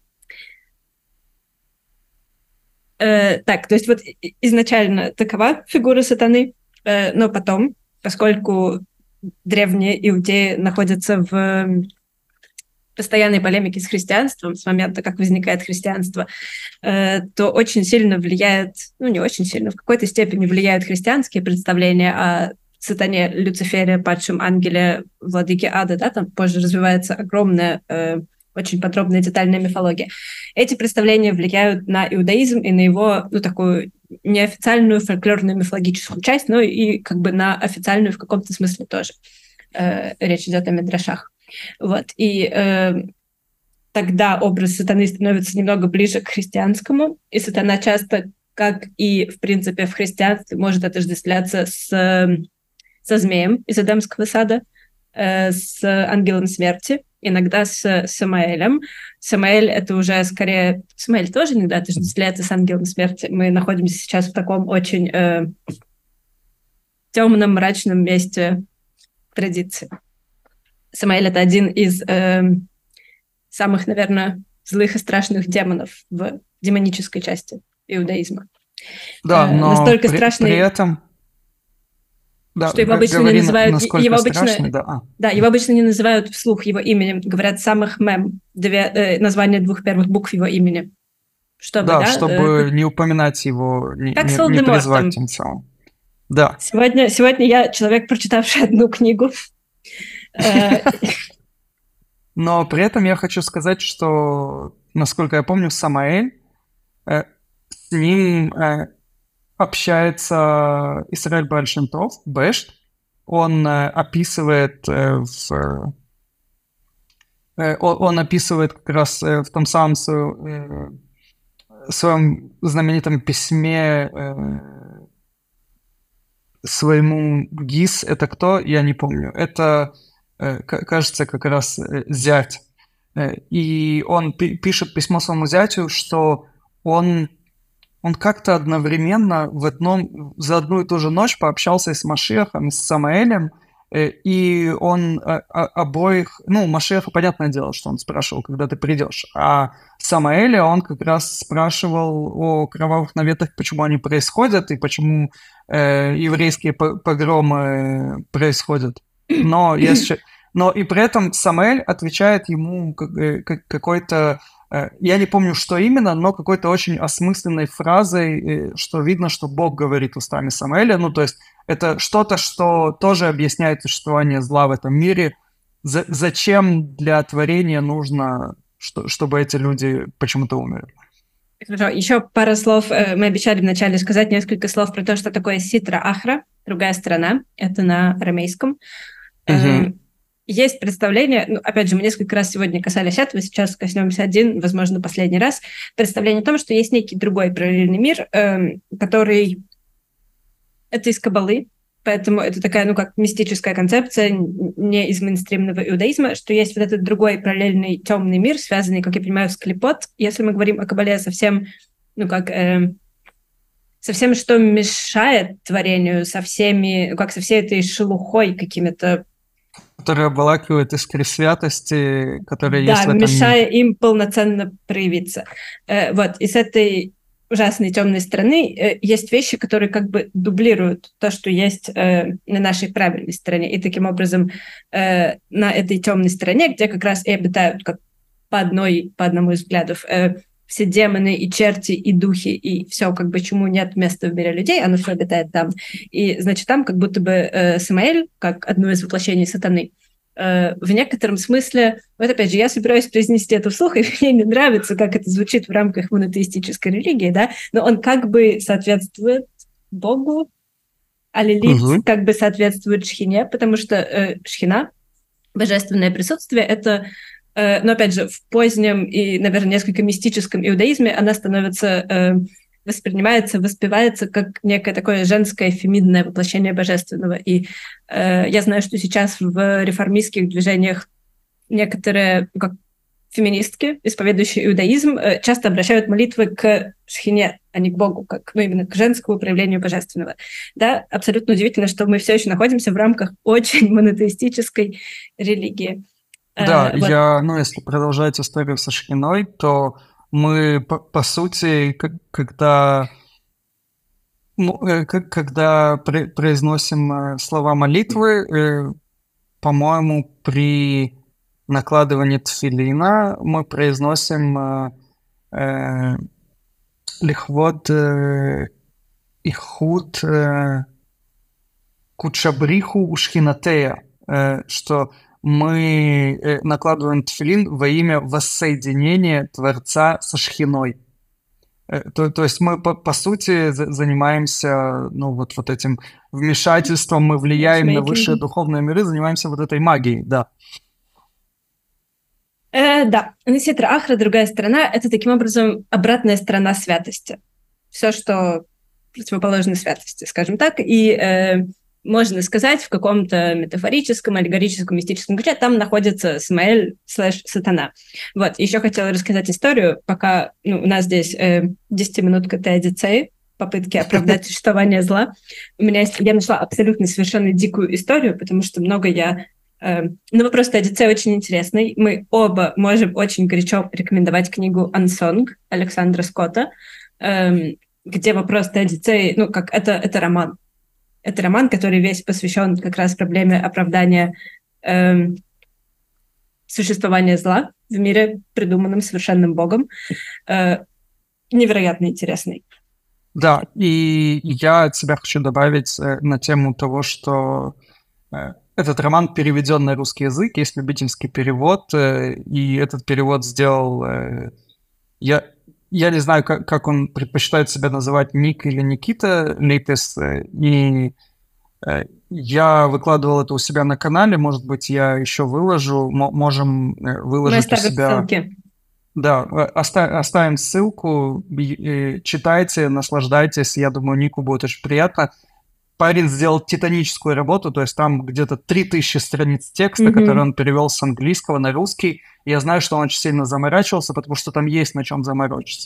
Так, то есть вот изначально такова фигура сатаны, но потом, поскольку древние иудеи находятся в постоянной полемике с христианством, с момента, как возникает христианство, то очень сильно влияет, ну не очень сильно, в какой-то степени влияют христианские представления о сатане, Люцифере, падшем ангеле, владыке ада, да, там позже развивается огромная, очень подробная детальная мифология. Эти представления влияют на иудаизм и на его, ну, такую неофициальную фольклорную мифологическую часть, но и как бы на официальную в каком-то смысле тоже. Речь идет о мидрашах. Вот. И тогда образ сатаны становится немного ближе к христианскому, и сатана часто, как и, в принципе, в христианстве, может отождествляться со змеем из Эдемского сада, с ангелом смерти, иногда с Самаэлем. Самаэль — это уже скорее... Самаэль тоже иногда отождествляется с ангелом смерти. Мы находимся сейчас в таком очень темном, мрачном месте традиции. Самаэль — это один из самых, наверное, злых и страшных демонов в демонической части иудаизма. Да, но настолько при страшный, этом... Да, что его обычно не называют... насколько страшный, да. Да, его обычно не называют вслух его именем. Говорят самых мем, название двух первых букв его имени. Чтобы, чтобы не упоминать его, как с не призвать Волдемортом. тем самым. Да. Сегодня я человек, прочитавший одну книгу. Но при этом я хочу сказать, что, насколько я помню, Самаэль, с ним общается Исраэль Бааль Шем Тов, Бешт. Он описывает он описывает как раз в том самом своем знаменитом письме своему Гис. Это кто? Я не помню. Это, кажется, как раз зять. И он пишет письмо своему зятю, что он как-то одновременно за одну и ту же ночь пообщался и с Машиахом, и с Самаэлем, и он обоих... Ну, Машиаха, понятное дело, что он спрашивал, когда ты придешь, а Самаэля он как раз спрашивал о кровавых наветах, почему они происходят, и почему еврейские погромы происходят. Но и при этом Самаэль отвечает ему какой-то... Я не помню, что именно, но какой-то очень осмысленной фразой, что видно, что Бог говорит устами Самаэля. Ну, то есть это что-то, что тоже объясняет существование зла в этом мире. Зачем для творения нужно, чтобы эти люди почему-то умерли? Хорошо, еще пара слов. Мы обещали вначале сказать несколько слов про то, что такое Ситра Ахра, другая сторона. Это на арамейском. Есть представление, ну, опять же, мы несколько раз сегодня касались этого, сейчас коснемся возможно, последний раз, представление о том, что есть некий другой параллельный мир, который... Это из Каббалы, Поэтому это такая, ну, как мистическая концепция, не из мейнстримного иудаизма, что есть вот этот другой параллельный темный мир, связанный, как я понимаю, с клипот. Если мы говорим о Кабале совсем, ну, как... со всем, что мешает творению, со всеми, как со всей этой шелухой какими-то, Которая обволакивает искры святости, которые есть да, в этом мире. мешая им полноценно проявиться. Вот, и с этой ужасной темной стороны есть вещи, которые как бы дублируют то, что есть на нашей правильной стороне. И таким образом на этой темной стороне, где как раз и обитают как по одному из взглядов все демоны и черти и духи и все, как бы чему нет места в мире людей, оно все обитает там. И, значит, там как будто бы Самаэль, как одно из воплощений сатаны, в некотором смысле, вот опять же, я собираюсь произнести это вслух, и мне не нравится, как это звучит в рамках монотеистической религии, да, но он как бы соответствует Богу, а Лилит как бы соответствует Шхине, потому что Шхина, божественное присутствие, это, но опять же, в позднем и, наверное, несколько мистическом иудаизме она становится... воспринимается, воспевается как некое такое женское феминное воплощение божественного. И я знаю, что сейчас в реформистских движениях некоторые как феминистки, исповедующие иудаизм, часто обращают молитвы к Шхине, а не к Богу, как, ну, именно к женскому проявлению божественного. Да, абсолютно удивительно, что мы все еще находимся в рамках очень монотеистической религии. Да, Вот. если продолжать историю со Шхиной, то мы, по сути, когда произносим слова молитвы, по-моему, при накладывании тфилина мы произносим лихвод ихуд кучабриху шхинатея, что мы накладываем тфилин во имя воссоединения Творца со Шхиной. То есть мы, по сути, занимаемся, ну, вот этим вмешательством, мы влияем на высшие духовные миры, занимаемся вот этой магией, да. Да, Неситра Ахра, другая сторона, это таким образом обратная сторона святости. Все, что противоположно святости, скажем так, и можно сказать в каком-то метафорическом, аллегорическом, мистическом ключе, там находится Самаэль /Сатана. Вот, еще хотела рассказать историю, пока у нас здесь 10-минутка теодицеи, попытки оправдать существование зла. Я нашла абсолютно совершенно дикую историю, потому что много я... Но вопрос теодицеи очень интересный. Мы оба можем очень горячо рекомендовать книгу «Ансонг» Александра Скотта, где вопрос теодицеи, ну, как это роман. Это роман, который весь посвящен как раз проблеме оправдания существования зла в мире, придуманном совершенным Богом. Невероятно интересный. Да, и я от себя хочу добавить на тему того, что этот роман переведен на русский язык, есть любительский перевод, и этот перевод сделал... Я не знаю, как он предпочитает себя называть, Ник или Никита Лейтес, и я выкладывал это у себя на канале, может быть, я еще выложу, можем выложить у себя... ссылки. Да, оставим ссылку, читайте, наслаждайтесь, я думаю, Нику будет очень приятно. Парень сделал титаническую работу, то есть там где-то 3000 страниц текста, который он перевел с английского на русский. Я знаю, что он очень сильно заморачивался, потому что там есть на чем заморочиться.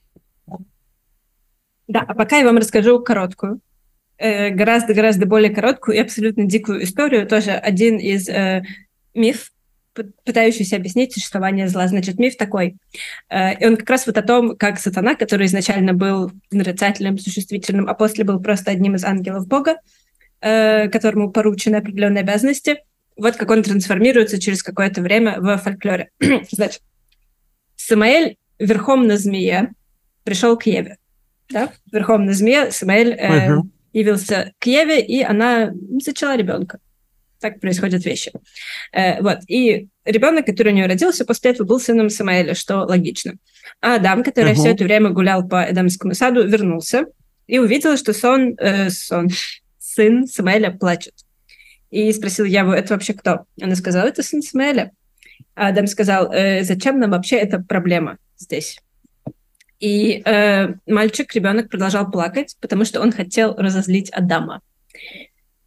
Да, а пока я вам расскажу короткую, гораздо более короткую и абсолютно дикую историю. Тоже один из миф, пытающийся объяснить существование зла. Значит, миф такой. И он как раз вот о том, как Сатана, который изначально был нарицательным, существительным, а после был просто одним из ангелов Бога, которому поручены определенные обязанности, вот как он трансформируется через какое-то время в фольклоре. Значит, Самаэль верхом на змее пришел к Еве. Да? Верхом на змее Самаэль явился к Еве, и она зачала ребенка. Так происходят вещи. Вот. И ребенок, который у нее родился, после этого был сыном Самаэля, что логично. А Адам, который все это время гулял по Эдемскому саду, вернулся и увидел, что сын Самаэля плачет. И спросил Еву, это вообще кто? Она сказала, это сын Самаэля. А Адам сказал, зачем нам вообще эта проблема здесь? И ребенок продолжал плакать, потому что он хотел разозлить Адама.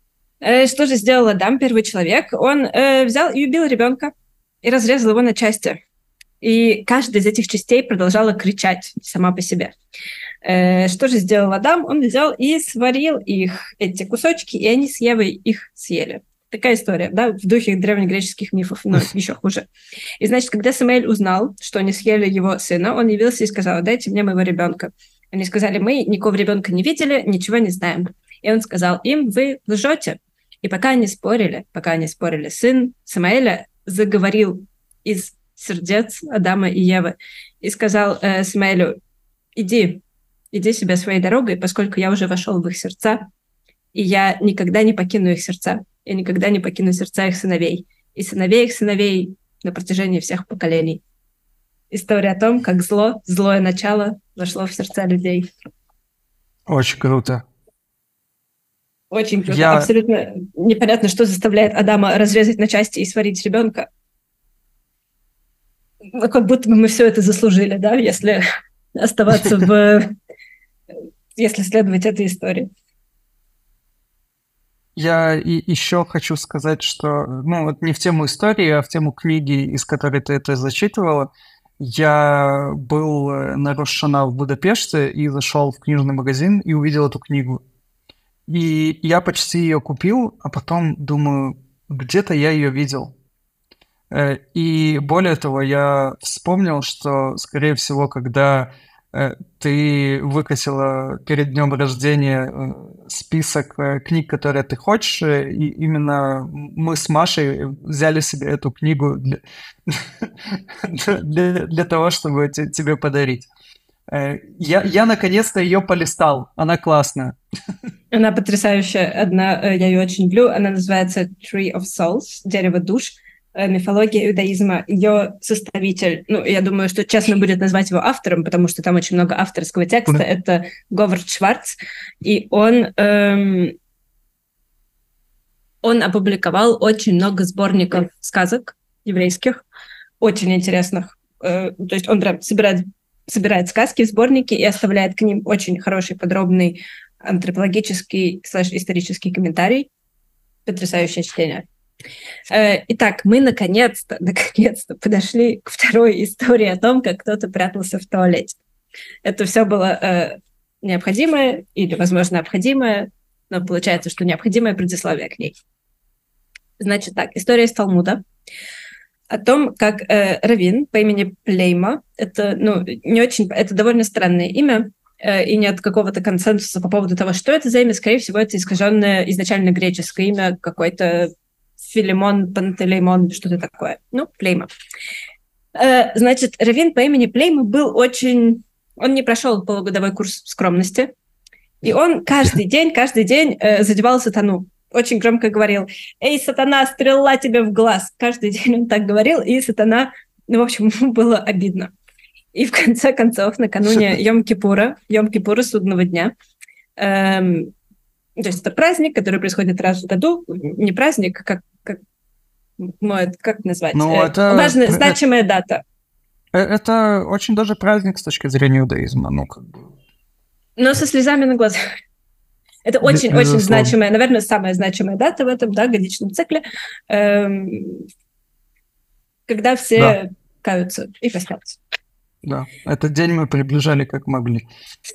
Что же сделал Адам, первый человек? Он взял и убил ребенка и разрезал его на части. И каждая из этих частей продолжала кричать сама по себе. Что же сделал Адам? Он взял и сварил их, эти кусочки, и они с Евой их съели. Такая история, да, в духе древнегреческих мифов, но еще хуже. И, значит, когда Самуэль узнал, что они съели его сына, он явился и сказал: дайте мне моего ребенка. Они сказали: мы никакого ребенка не видели, ничего не знаем. И он сказал им: вы лжете. И пока они спорили, сын Самуэля заговорил из сердец Адама и Евы и сказал Самуэлю: иди себе своей дорогой, поскольку я уже вошел в их сердца, и я никогда не покину их сердца, я никогда не покину сердца их сыновей, и сыновей их сыновей на протяжении всех поколений. История о том, как злое начало вошло в сердца людей. Очень круто. Очень круто. Абсолютно непонятно, что заставляет Адама разрезать на части и сварить ребенка. Как будто бы мы все это заслужили, да, если оставаться если следовать этой истории. Я еще хочу сказать, что, вот не в тему истории, а в тему книги, из которой ты это зачитывала. Я был на Рош ха-Шана в Будапеште и зашел в книжный магазин и увидел эту книгу. И я почти ее купил, а потом думаю, где-то я ее видел. И более того, я вспомнил, что, скорее всего, когда ты выкатила перед днем рождения список книг, которые ты хочешь, и именно мы с Машей взяли себе эту книгу для того, чтобы тебе подарить. Я наконец-то ее полистал, она классная. Она потрясающая, я ее очень люблю, она называется Tree of Souls, дерево душ, мифология иудаизма. Ее составитель, я думаю, что честно будет назвать его автором, потому что там очень много авторского текста, это Говард Шварц, и он опубликовал очень много сборников сказок еврейских, очень интересных. То есть он прям собирает сказки в сборники и оставляет к ним очень хороший, подробный антропологический / исторический комментарий. Потрясающее чтение. Итак, мы наконец-то подошли к второй истории о том, как кто-то прятался в туалете. Это все было необходимое или, возможно, необходимое, но получается, что необходимое предисловие к ней. Значит так, история из Талмуда о том, как раввин по имени Плейма, это довольно странное имя, и нет какого-то консенсуса по поводу того, что это за имя. Скорее всего, это искаженное изначально греческое имя, какой-то Филимон, Пантелеймон, что-то такое. Плейма. Значит, раввин по имени Плейма был Он не прошел полугодовой курс скромности, и он каждый день задевал сатану. Очень громко говорил: «Эй, сатана, стрела тебе в глаз!» Каждый день он так говорил, и сатана, в общем, ему было обидно. И в конце концов, накануне Йом-Кипура, судного дня, то есть это праздник, который происходит раз в году, не праздник, как назвать? Это важная, значимая дата. Это очень даже праздник с точки зрения иудаизма, Но со слезами на глазах. Это очень-очень значимая, наверное, самая значимая дата в этом, годичном цикле, когда все каются и постятся. Да, этот день мы приближали как могли.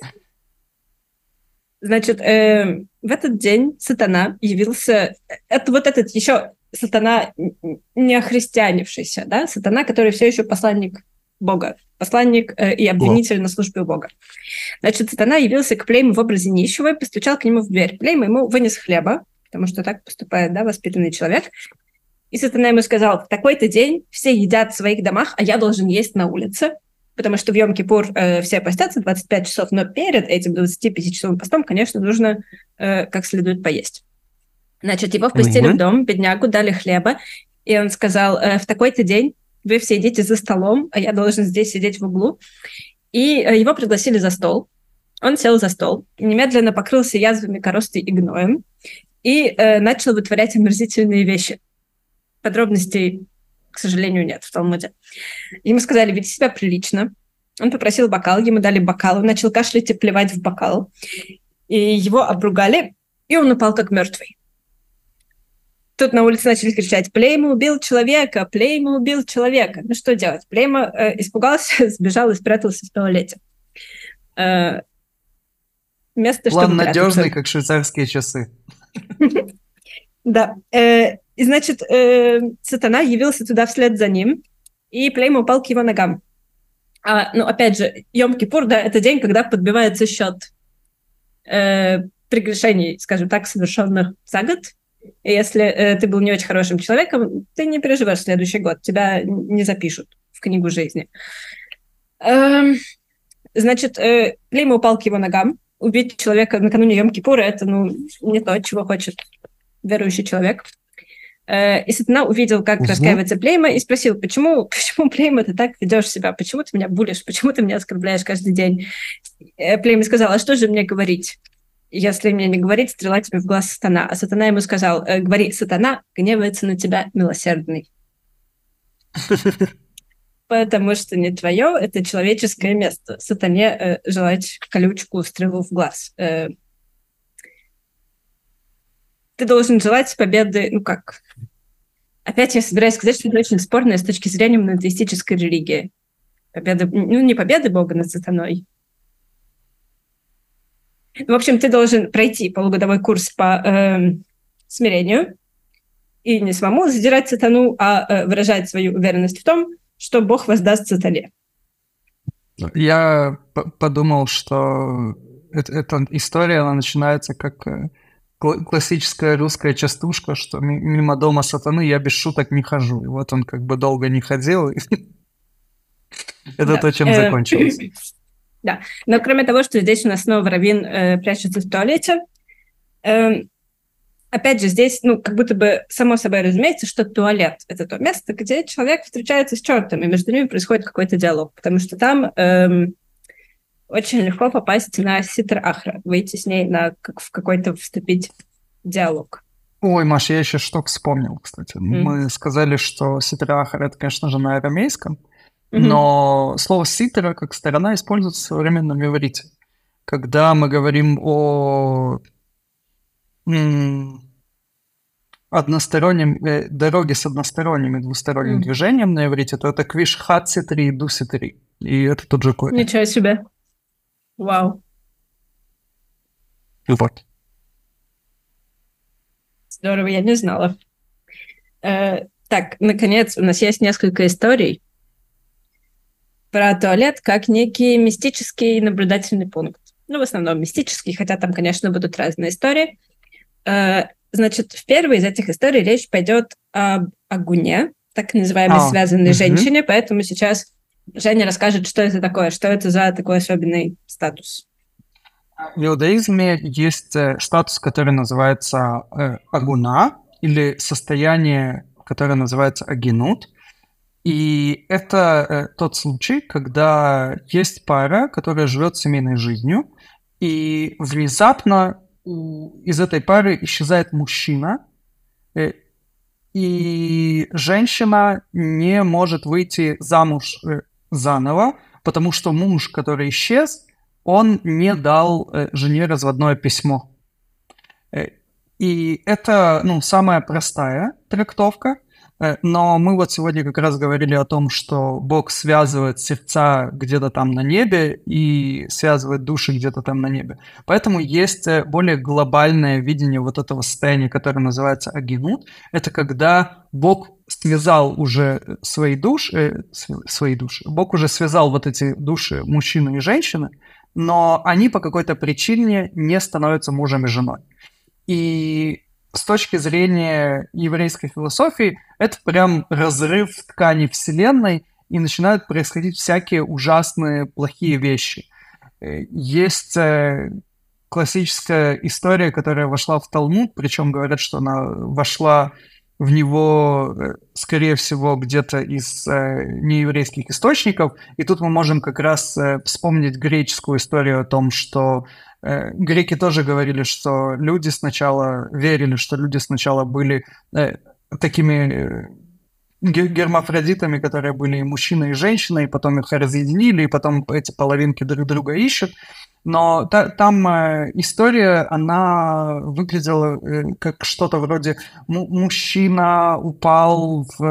Значит, в этот день сатана явился... Это этот еще сатана не охристианившийся, да? Сатана, который все еще посланник Бога. Посланник и обвинитель на службе у Бога. Значит, сатана явился к Плейму в образе нищего и постучал к нему в дверь. Плейма ему вынес хлеба, потому что так поступает, воспитанный человек. И сатана ему сказал: в такой-то день все едят в своих домах, а я должен есть на улице, потому что в Йом-Кипур все постятся 25 часов, но перед этим 25-часовым постом, конечно, нужно как следует поесть. Значит, его впустили в дом, беднягу, дали хлеба, и он сказал: в такой-то день вы все едите за столом, а я должен здесь сидеть в углу. И его пригласили за стол. Он сел за стол, немедленно покрылся язвами, коростой и гноем и начал вытворять омерзительные вещи. Подробностей, к сожалению, нет в Талмуде. Ему сказали: веди себя прилично. Он попросил бокал, ему дали бокал, он начал кашлять и плевать в бокал. И его обругали, и он упал как мертвый. Тут на улице начали кричать: «Плейма убил человека! Плейма убил человека!» Ну что делать? Плейма испугался, сбежал и спрятался в туалете. Место, План чтобы надежный, прятаться. как швейцарские часы. Да. И, значит, сатана явился туда вслед за ним, и Плейма упал к его ногам. Ну, опять же, Йом-Кипур, да, это день, когда подбивается счет прегрешений, скажем так, совершенных за год. И если ты был не очень хорошим человеком, ты не переживешь следующий год, тебя не запишут в книгу жизни. Значит, Плейма упал к его ногам. Убить человека накануне Йом-Кипура — это, не то, чего хочет верующий человек. И сатана увидел, как раскаивается Плейма, и спросил: почему Плейма, ты так ведешь себя? Почему ты меня булишь? Почему ты меня оскорбляешь каждый день? Плейма сказал: а что же мне говорить? Если мне не говорить, стрела тебе в глаз сатана. А сатана ему сказал: говори, сатана гневается на тебя, милосердный. Потому что не твое, это человеческое место. Сатане желать колючку, стрелу в глаз. Ты должен желать победы, Опять я собираюсь сказать, что это очень спорное с точки зрения монотеистической религии. Победа, не победы Бога над сатаной. В общем, ты должен пройти полугодовой курс по смирению и не самому задирать сатану, а выражать свою уверенность в том, что Бог воздаст сатане. Я подумал, что эта история, она начинается как классическая русская частушка, что мимо дома сатаны я без шуток не хожу. И вот он как бы долго не ходил, и это то, чем закончилось. Да, но кроме того, что здесь у нас снова раввин прячется в туалете, опять же, здесь, как будто бы само собой разумеется, что туалет — это то место, где человек встречается с чертом, и между ними происходит какой-то диалог, потому что там очень легко попасть на ситр ахра, выйти с ней в какой-то вступить диалог. Ой, Маша, я еще что вспомнил, кстати. Мы сказали, что ситр ахра — это, конечно же, на арамейском, но слово ситра как сторона используется в современном иврите. Когда мы говорим о дороге с односторонним и двусторонним движением на иврите, то это квиш хат ситри и ду ситри. И это тот же корень. Ничего себе. Вау. Вот. Здорово, я не знала. Так, наконец, у нас есть несколько историй про туалет как некий мистический наблюдательный пункт. В основном мистический, хотя там, конечно, будут разные истории. Значит, в первой из этих историй речь пойдет об Агуне, так называемой связанной женщине, поэтому сейчас Женя расскажет, что это такое, что это за такой особенный статус. В иудаизме есть статус, который называется агуна, или состояние, которое называется агинут. И это тот случай, когда есть пара, которая живет семейной жизнью, и внезапно из этой пары исчезает мужчина, и женщина не может выйти замуж заново, потому что муж, который исчез, он не дал жене разводное письмо. И это, самая простая трактовка, но мы вот сегодня как раз говорили о том, что Бог связывает сердца где-то там на небе и связывает души где-то там на небе. Поэтому есть более глобальное видение вот этого состояния, которое называется агинут. Это когда Бог связал уже свои души. Бог уже связал вот эти души мужчины и женщины, но они по какой-то причине не становятся мужем и женой. И с точки зрения еврейской философии это прям разрыв ткани Вселенной, и начинают происходить всякие ужасные, плохие вещи. Есть классическая история, которая вошла в Талмуд, причем говорят, что она вошла в него, скорее всего, где-то из нееврейских источников. И тут мы можем как раз вспомнить греческую историю о том, что греки тоже говорили, что люди сначала верили, что люди сначала были такими гермафродитами, которые были и мужчина, и женщина, и потом их разъединили, и потом эти половинки друг друга ищут. Но там история, она выглядела как что-то вроде мужчина упал в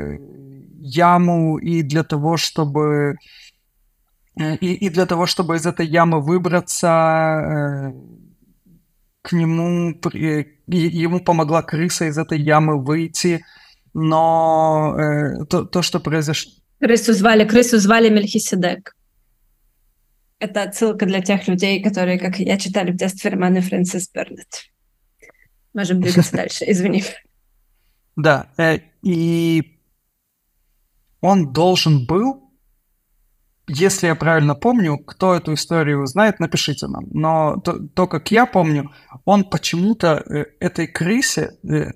яму, и для того, чтобы и для того, чтобы из этой ямы выбраться, к нему ему помогла крыса из этой ямы выйти, но то, что произошло... Крысу звали Мельхиседек. Это отсылка для тех людей, которые, как и я, читали в детстве романы Фрэнсис Бернет. Можем двигаться дальше, извини. Да, и он должен был, если я правильно помню, кто эту историю знает, напишите нам. Но то как я помню, он почему-то этой крысе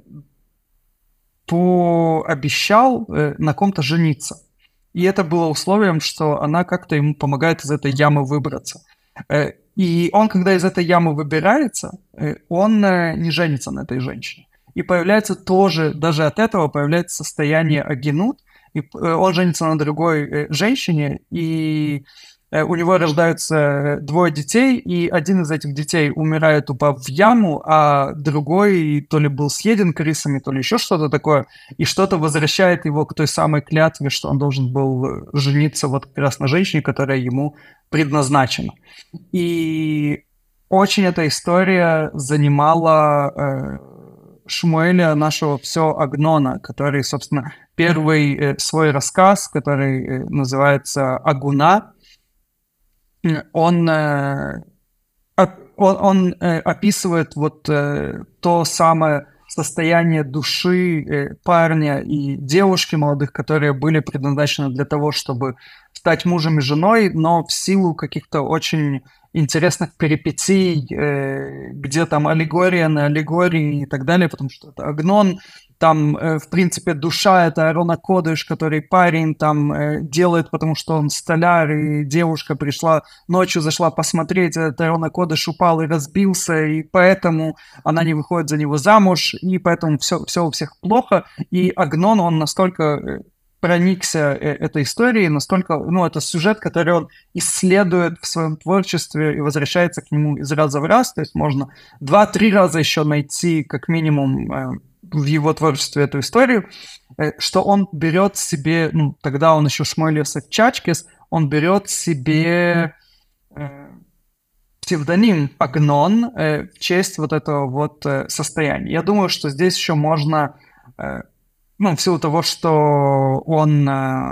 пообещал на ком-то жениться. И это было условием, что она как-то ему помогает из этой ямы выбраться. И он, когда из этой ямы выбирается, он не женится на этой женщине. И появляется тоже, даже от этого появляется состояние агинут, и он женится на другой женщине, и у него рождаются двое детей, и один из этих детей умирает, упав в яму, а другой то ли был съеден крысами, то ли еще что-то такое, и что-то возвращает его к той самой клятве, что он должен был жениться вот как раз на женщине, которая ему предназначена. И очень эта история занимала Шмуэля, нашего все Агнона, который, собственно, первый свой рассказ, который называется «Агуна», он описывает вот то самое состояние души парня и девушки молодых, которые были предназначены для того, чтобы стать мужем и женой, но в силу каких-то очень интересных перипетий, где там аллегория на аллегории и так далее, потому что это Агнон, там, в принципе, душа — это Арона Кодыш, который парень там делает, потому что он столяр, и девушка пришла ночью, зашла посмотреть, этот Арона Кодыш упал и разбился, и поэтому она не выходит за него замуж, и поэтому все у всех плохо, и Агнон, он настолько проникся этой историей, настолько, ну, это сюжет, который он исследует в своем творчестве и возвращается к нему из раза в раз, то есть можно 2-3 раза еще найти, как минимум, в его творчестве эту историю, что он берет себе, ну, тогда он еще Шмуэль Чачкес, он берет себе псевдоним Агнон в честь вот этого вот состояния. Я думаю, что здесь еще можно, ну, в силу того, что он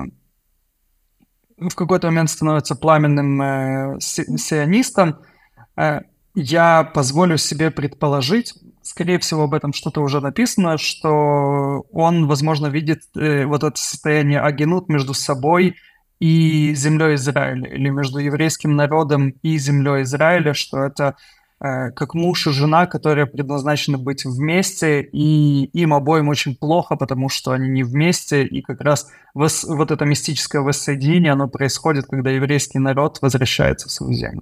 в какой-то момент становится пламенным сионистом, я позволю себе предположить, скорее всего, об этом что-то уже написано, что он, возможно, видит вот это состояние агинут между собой и землей Израиля, или между еврейским народом и землей Израиля, что это как муж и жена, которые предназначены быть вместе, и им обоим очень плохо, потому что они не вместе, и как раз вот это мистическое воссоединение, оно происходит, когда еврейский народ возвращается в свою землю.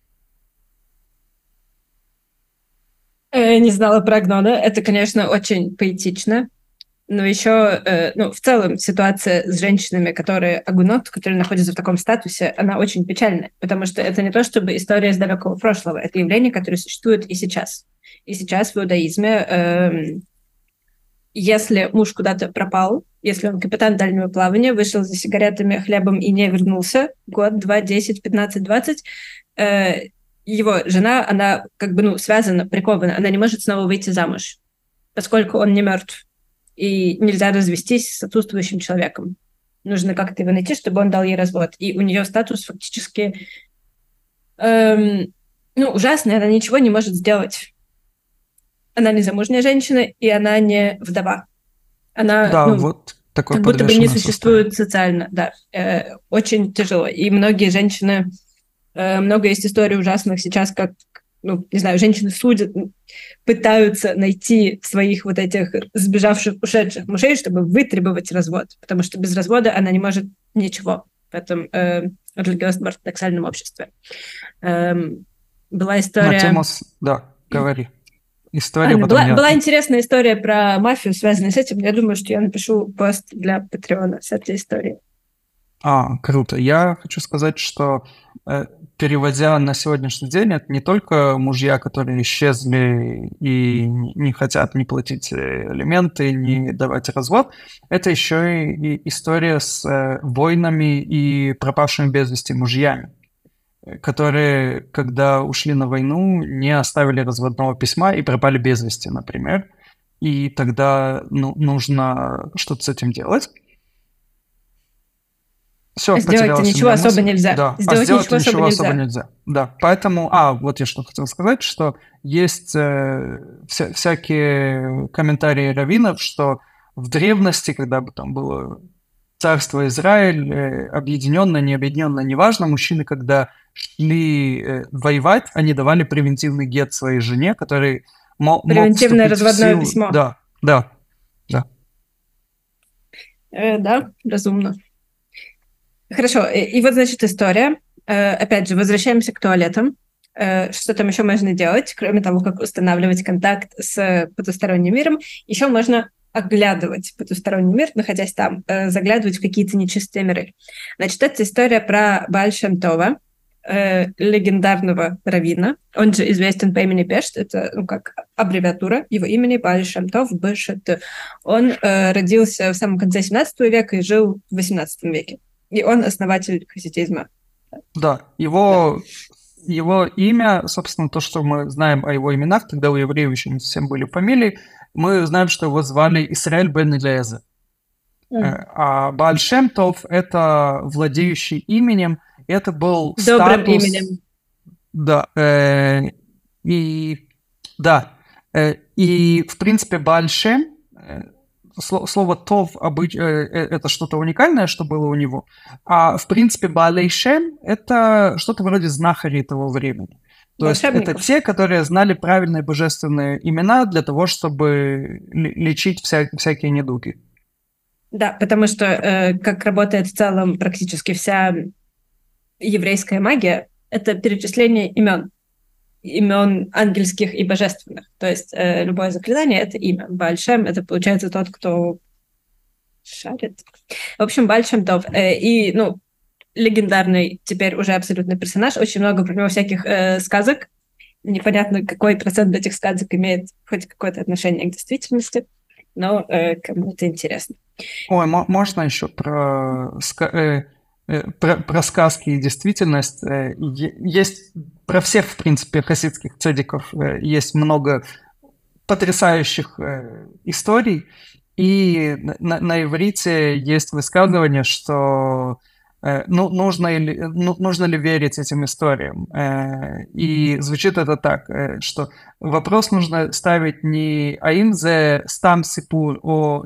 Не знала про Агнона. Это, конечно, очень поэтично. Но еще, ну, в целом, ситуация с женщинами, которые агунот, которые находятся в таком статусе, она очень печальная, потому что это не то чтобы история из далекого прошлого, это явление, которое существует и сейчас. И сейчас в иудаизме, если муж куда-то пропал, если он капитан дальнего плавания, вышел за сигаретами, хлебом и не вернулся, год, 2, 10, 15, 20, его жена, она как бы, ну, связана, прикована, она не может снова выйти замуж, поскольку он не мертв. И нельзя развестись с отсутствующим человеком. Нужно как-то его найти, чтобы он дал ей развод. И у нее статус фактически ну, ужасный, она ничего не может сделать. Она не замужняя женщина, и она не вдова. Она, Да, ну, вот такое как будто бы не подвешенное существует состояние. социально. Да, очень тяжело. И многие женщины, много есть историй ужасных сейчас, как, ну, не знаю, женщины судят, пытаются найти своих вот этих сбежавших, ушедших мужей, чтобы вытребовать развод, потому что без развода она не может ничего в этом религиозном ортодоксальном обществе. Была На история... тему... Да, говори. история потом была интересная история про мафию, связанная с этим. Я думаю, что я напишу пост для Патреона с этой историей. Круто. Я хочу сказать, что переводя на сегодняшний день, это не только мужья, которые исчезли и не хотят не платить алименты, не давать развод, это еще и история с войнами и пропавшими без вести мужьями, которые, когда ушли на войну, не оставили разводного письма и пропали без вести, например. И тогда нужно что-то с этим делать. Все, сделать ничего особо нельзя. Да, сделать ничего особо нельзя. Да, поэтому, вот я что хотел сказать, что есть всякие комментарии раввинов, что в древности, когда бы там было царство Израиль, объединенное, не объединенное, неважно, мужчины, когда шли воевать, они давали превентивный гет своей жене, который мог превентивное разводное письмо. Да. Да, разумно. Хорошо, и вот, значит, история. Опять же, возвращаемся к туалетам. Что там еще можно делать, кроме того, как устанавливать контакт с потусторонним миром? Еще можно оглядывать потусторонний мир, находясь там, заглядывать в какие-то нечистые миры. Значит, это история про Бааль Шем Това, легендарного раввина. Он же известен по имени Пешт, это как аббревиатура его имени Бааль Шем Това Бешет. Он родился в самом конце 17 века и жил в 18 веке. И он основатель хасидизма. Да, его имя, собственно, то, что мы знаем о его именах, тогда у евреев еще не совсем были фамилии, мы знаем, что его звали Исраэль бен Элиэзер. А Бааль Шем Това – это владеющий именем, это был добрым статус... именем. Да, и в принципе Бааль Шем, слово «тов» это что-то уникальное, что было у него, а в принципе Баалей Шем – это что-то вроде знахарей того времени. То есть это те, которые знали правильные божественные имена для того, чтобы лечить всякие недуги. Да, потому что как работает в целом практически вся еврейская магия, это перечисление имен ангельских и божественных. То есть любое заклинание — это имя. Бааль Шем — это, получается, тот, кто шарит. В общем, Бааль Шем Това. И, легендарный теперь уже абсолютный персонаж. Очень много про него всяких сказок. Непонятно, какой процент этих сказок имеет хоть какое-то отношение к действительности, но кому это интересно. Ой, можно еще про сказки и действительность. Есть про всех, в принципе, хасидских цедиков есть много потрясающих историй. И на иврите есть высказывание, что нужно ли верить этим историям. И звучит это так, что вопрос нужно ставить не «Аим зе стам сипур о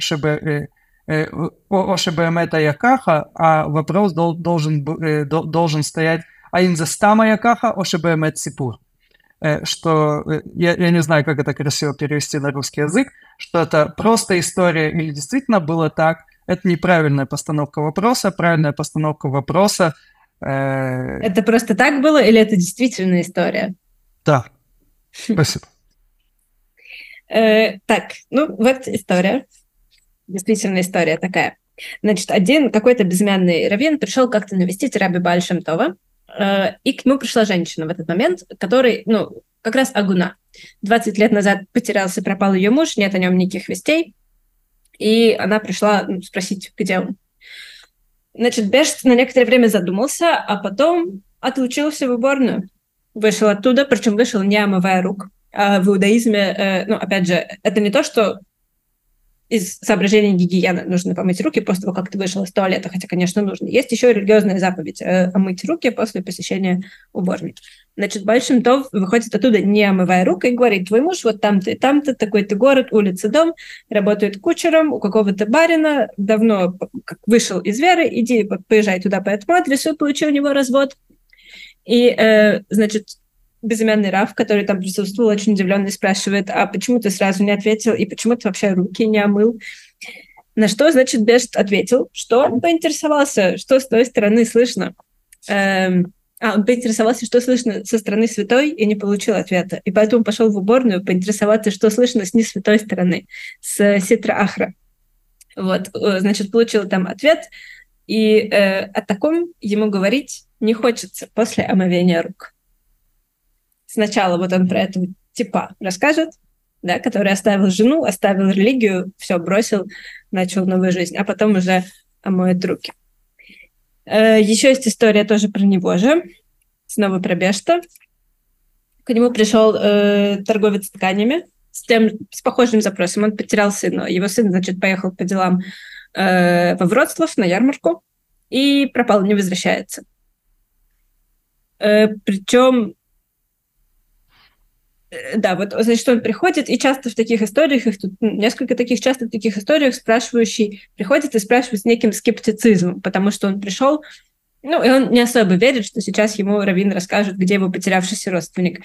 шебеэмет аякаха», а вопрос должен стоять «Аим зе стам аякаха о шебеэмет сипур». Что, я не знаю, как это красиво перевести на русский язык, что это просто история или действительно было так. Это неправильная постановка вопроса. Правильная постановка вопроса... Это просто так было или это действительно история? Да. Спасибо. Так, вот история. Действительно история такая. Значит, один какой-то безымянный раввин пришел как-то навестить раби Бааль Шем Това, и к нему пришла женщина в этот момент, который, как раз агуна. 20 лет назад потерялся, пропал ее муж, нет о нем никаких вестей. И она пришла спросить, где он. Значит, Бешт на некоторое время задумался, а потом отлучился в уборную. Вышел оттуда, причем вышел не омывая рук. А в иудаизме, опять же, это не то, что из соображений гигиены нужно помыть руки после того, как ты вышел из туалета, хотя, конечно, нужно. Есть еще религиозная заповедь омыть руки после посещения уборной. Значит, Бааль Шем Това выходит оттуда, не омывая рук, и говорит: твой муж вот там-то и там-то, такой-то город, улица, дом, работает кучером у какого-то барина, давно вышел из веры, иди, поезжай туда по этому адресу, получи у него развод. И, значит, безымянный рав, который там присутствовал, очень удивленный, спрашивает: а почему ты сразу не ответил, и почему ты вообще руки не омыл? На что, значит, Бешт ответил, что он поинтересовался, что с той стороны слышно. Он поинтересовался, что слышно со стороны святой, и не получил ответа. И поэтому пошел в уборную поинтересоваться, что слышно с не святой стороны, с Ситра Ахра. Вот, значит, получил там ответ, и о таком ему говорить не хочется после омовения рук. Сначала вот он про этого типа расскажет, да, который оставил жену, оставил религию, все бросил, начал новую жизнь, а потом уже омоет руки. Еще есть история тоже про него же, снова про Бешта. К нему пришел торговец тканями с похожим запросом. Он потерял сына. Его сын, значит, поехал по делам во Вроцлав на ярмарку и пропал, не возвращается. Причем, да, вот, значит, он приходит, и часто в таких историях, их тут несколько таких, часто в таких историях спрашивающий приходит и спрашивает с неким скептицизмом, потому что он пришел, и он не особо верит, что сейчас ему раввин расскажет, где его потерявшийся родственник.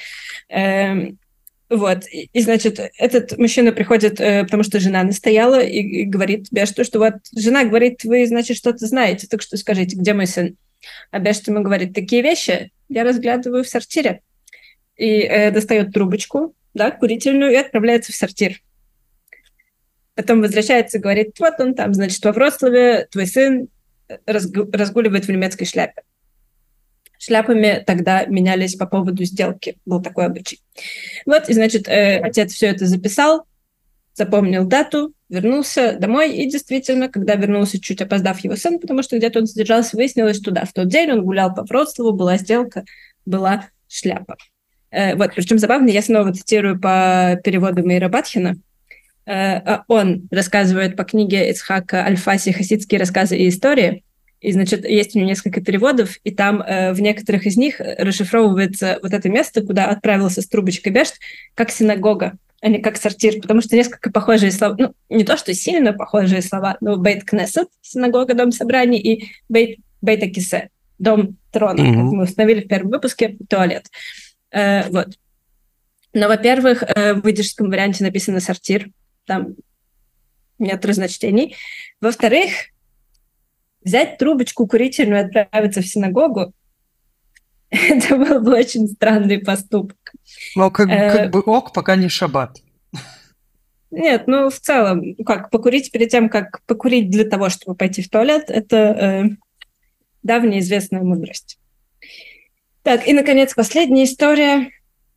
Вот, и значит, этот мужчина приходит, потому что жена настояла и говорит Бешту, что вот жена говорит, вы, значит, что-то знаете, так что скажите, где мой сын? А Бешт ему говорит, такие вещи я разглядываю в сортире. И достает трубочку, да, курительную, и отправляется в сортир. Потом возвращается и говорит, вот он там, значит, во Вроцлаве твой сын разгуливает в немецкой шляпе. Шляпами тогда менялись по поводу сделки. Был такой обычай. Вот, и, значит, отец все это записал, запомнил дату, вернулся домой, и действительно, когда вернулся, чуть опоздав его сын, потому что где-то он задержался, выяснилось, что да, в тот день он гулял по Вроцлаву, была сделка, была шляпа. Вот, причем забавно, я снова цитирую по переводу Меира Батхина. Он рассказывает по книге Ицхака Альфаси «Хасидские рассказы и истории». И, значит, есть у него несколько переводов, и там в некоторых из них расшифровывается вот это место, куда отправился с трубочкой Бешт, как синагога, а не как сортир, потому что несколько похожие слова, не то, что сильно похожие слова, но Бейт Кнессет, синагога, дом собраний, и Бейт Акисе, дом трона, как мы установили в первом выпуске, туалет. Вот. Но, во-первых, в идишском варианте написано сортир, там нет разночтений. Во-вторых, взять трубочку курительную и отправиться в синагогу, это был бы очень странный поступок. Ну, как бы ок, пока не шаббат. Нет, в целом, как покурить перед тем, как покурить для того, чтобы пойти в туалет, это давняя известная мудрость. Так, и, наконец, последняя история.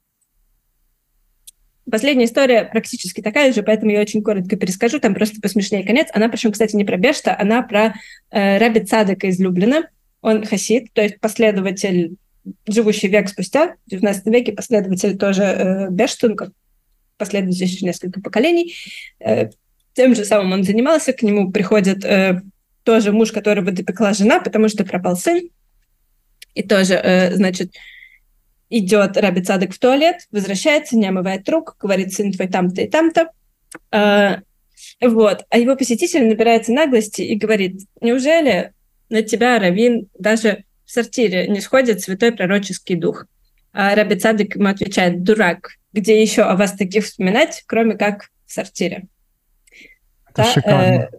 Последняя история практически такая же, поэтому я очень коротко перескажу, там просто посмешнее конец. Она, причем, кстати, не про Бешта, она про Раби Цадока из Люблина. Он хасид, то есть последователь, живущий век спустя, в 19 веке, последователь тоже Бешта, как последователь еще несколько поколений. Тем же самым он занимался, к нему приходит тоже муж, которого допекла жена, потому что пропал сын. И тоже, значит, идет Раби Цадок в туалет, возвращается, не омывает рук, говорит, сын твой там-то и там-то. Вот. А его посетитель набирается наглости и говорит, неужели на тебя, раввин, даже в сортире не сходит святой пророческий дух? А Раби Цадок ему отвечает, дурак, где еще о вас таких вспоминать, кроме как в сортире? Это шикарно.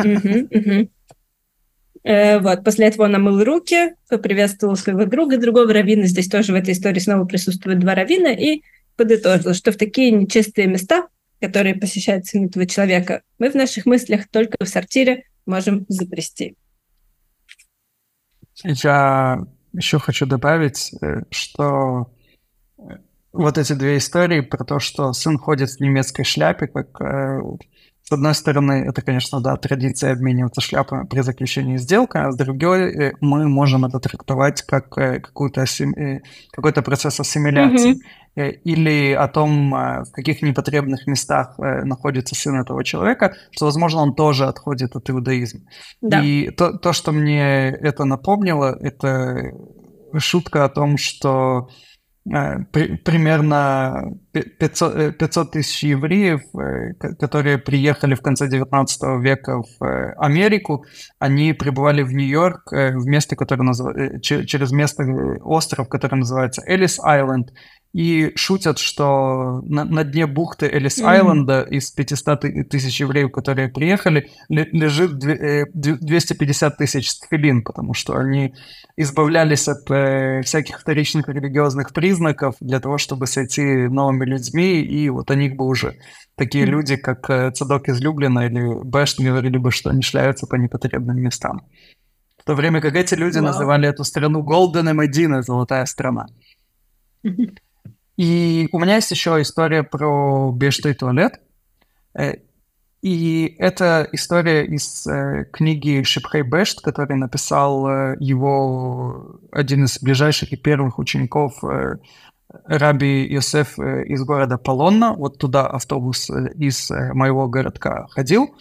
Вот, после этого он омыл руки, поприветствовал своего друга, другого раввина. Здесь тоже в этой истории снова присутствуют два раввина, и подытожил, что в такие нечистые места, которые посещают сын этого человека, мы в наших мыслях только в сортире можем забрести. Я еще хочу добавить, что вот эти две истории про то, что сын ходит в немецкой шляпе, как... С одной стороны, это, конечно, да, традиция обмениваться шляпами при заключении сделки, а с другой мы можем это трактовать как какой-то процесс ассимиляции. Или о том, в каких непотребных местах находится сын этого человека, что, возможно, он тоже отходит от иудаизма. Да. И то, что мне это напомнило, это шутка о том, что примерно 500 тысяч евреев, которые приехали в конце 19 века в Америку, они прибывали в Нью-Йорк в месте, которое через место, остров, который называется Эллис-Айленд, и шутят, что на дне бухты Элис-Айленда из 500 тысяч евреев, которые приехали, лежит 250 тысяч тфилин, потому что они избавлялись от всяких вторичных религиозных признаков для того, чтобы сойти новыми людьми, и вот о них бы уже такие люди, как Цадок из Люблина или Бешт, говорили бы, что они шляются по непотребным местам. В то время как эти люди называли эту страну Golden Medina, золотая страна. И у меня есть еще история про Бешт и туалет. И это история из книги Шипхей Бешт, который написал его один из ближайших и первых учеников Раби Йосеф из города Полонна. Вот туда автобус из моего городка ходил.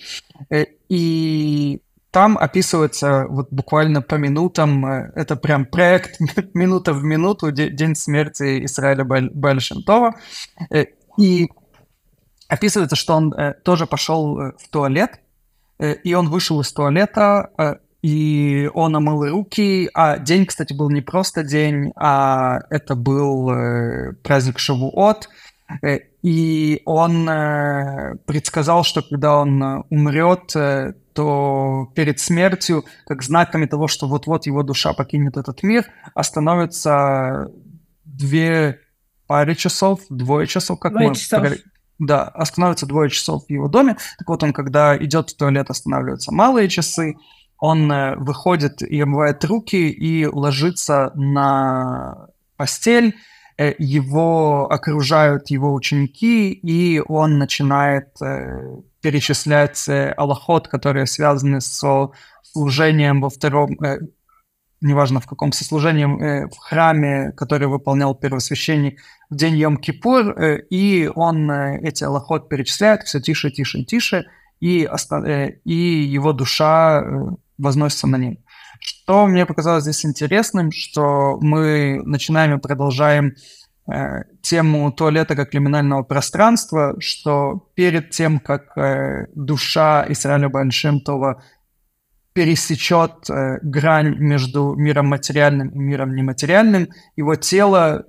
И там описывается вот буквально по минутам, это прям проект минута в минуту, день смерти Исраэля Бааль Шем Това. И описывается, что он тоже пошел в туалет, и он вышел из туалета, и он омыл руки. А день, кстати, был не просто день, а это был праздник Шавуот. И он предсказал, что когда он умрет, то перед смертью, как знаками того, что вот-вот его душа покинет этот мир, остановится двое часов, как Двое мы... часов. Да, остановится 2 часов в его доме. Так вот, он, когда идет в туалет, останавливаются малые часы, он выходит и омывает руки и ложится на постель, его окружают его ученики, и он начинает перечислять алахот, которые связаны со служением во втором, неважно в каком, со служением в храме, который выполнял первосвященник в день Йом-Кипур, и он эти алахот перечисляет все тише, тише, тише, и его душа возносится на небо. Что мне показалось здесь интересным, что мы начинаем и продолжаем тему туалета как лиминального пространства, что перед тем, как душа Исраэля Бааль Шем Това пересечет грань между миром материальным и миром нематериальным, его тело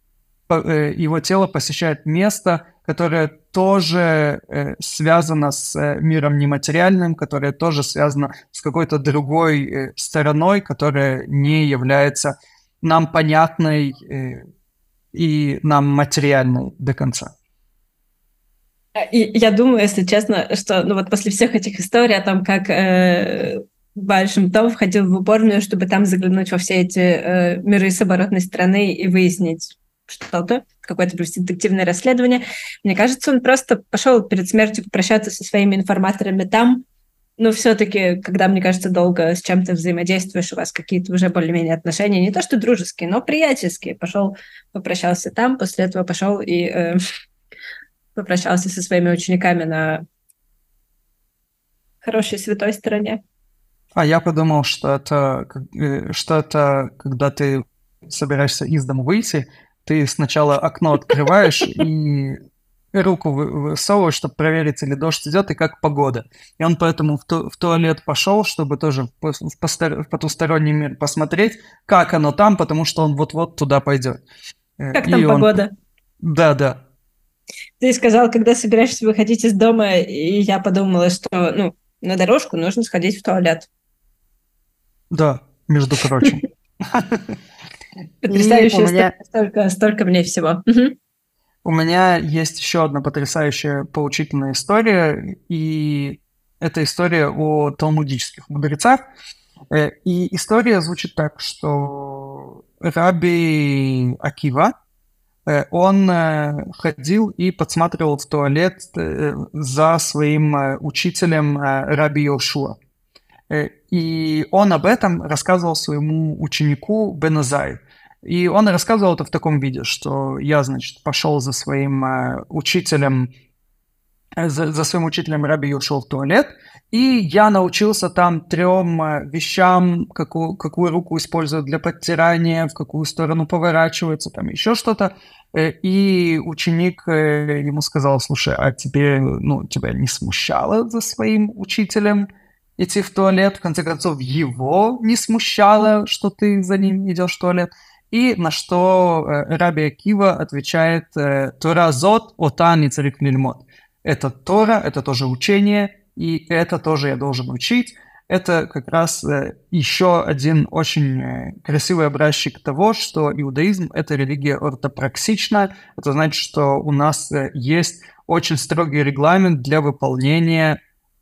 посещает место, которое тоже связано с миром нематериальным, которое тоже связано с какой-то другой стороной, которая не является нам понятной и нам материальной до конца. И я думаю, если честно, что вот после всех этих историй о том, как Бааль Шем Това входил в уборную, чтобы там заглянуть во все эти миры с оборотной стороны и выяснить что-то, какое-то провести детективное расследование. Мне кажется, он просто пошел перед смертью попрощаться со своими информаторами там. Но все-таки, когда, мне кажется, долго с чем-то взаимодействуешь, у вас какие-то уже более-менее отношения, не то что дружеские, но приятельские. Пошел, попрощался там, после этого пошел и попрощался со своими учениками на хорошей святой стороне. А я подумал, что это когда ты собираешься из дома выйти, ты сначала окно открываешь и руку высовываешь, чтобы проверить, или дождь идет, и как погода. И он поэтому в туалет пошел, чтобы тоже в потусторонний мир посмотреть, как оно там, потому что он вот-вот туда пойдет. Как там погода? Да. Ты сказал, когда собираешься выходить из дома, и я подумала, что на дорожку нужно сходить в туалет. Да, между прочим. Потрясающе, столько мне всего. У меня есть еще одна потрясающая поучительная история, и это история о талмудических мудрецах. И история звучит так, что Раби Акива, он ходил и подсматривал в туалет за своим учителем Раби Йошуа. И он об этом рассказывал своему ученику Бен Азай. И он рассказывал это в таком виде, что я, значит, пошел за своим учителем Раби Йошуа в туалет, и я научился там 3 вещам, какую руку использовать для подтирания, в какую сторону поворачивается, там еще что-то. И ученик ему сказал: слушай, а тебя не смущало за своим учителем идти в туалет? В конце концов, его не смущало, что ты за ним идешь в туалет? И на что Раби Акива отвечает «Тора зот отани царик лильмот». Это Тора, это тоже учение, и это тоже я должен учить. Это как раз еще один очень красивый образчик того, что иудаизм – это религия ортопраксичная. Это значит, что у нас есть очень строгий регламент для выполнения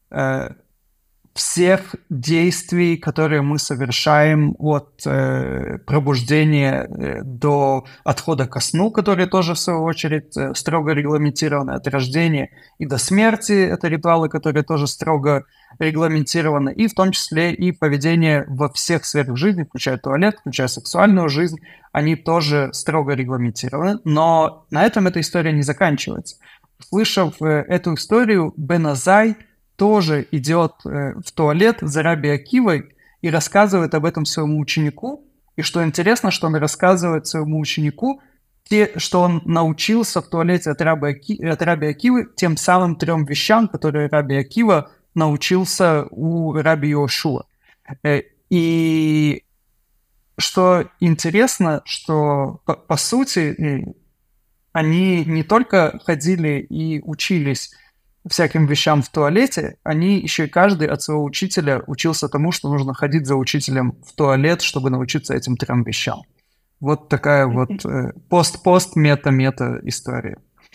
всех действий, которые мы совершаем от пробуждения до отхода ко сну, которые тоже, в свою очередь, строго регламентированы, от рождения и до смерти. Это ритуалы, которые тоже строго регламентированы, и в том числе и поведение во всех сферах жизни, включая туалет, включая сексуальную жизнь, они тоже строго регламентированы. Но на этом эта история не заканчивается. Услышав эту историю, Бен Азай тоже идет в туалет за Раби Акивой и рассказывает об этом своему ученику. И что интересно, что он рассказывает своему ученику, что он научился в туалете от Раби Акивы тем самым 3 вещам, которые Раби Акива научился у Раби Йошуа. И что интересно, что по сути они не только ходили и учились всяким вещам в туалете, они еще и каждый от своего учителя учился тому, что нужно ходить за учителем в туалет, чтобы научиться этим 3 вещам. Вот такая вот пост-пост, мета-мета история.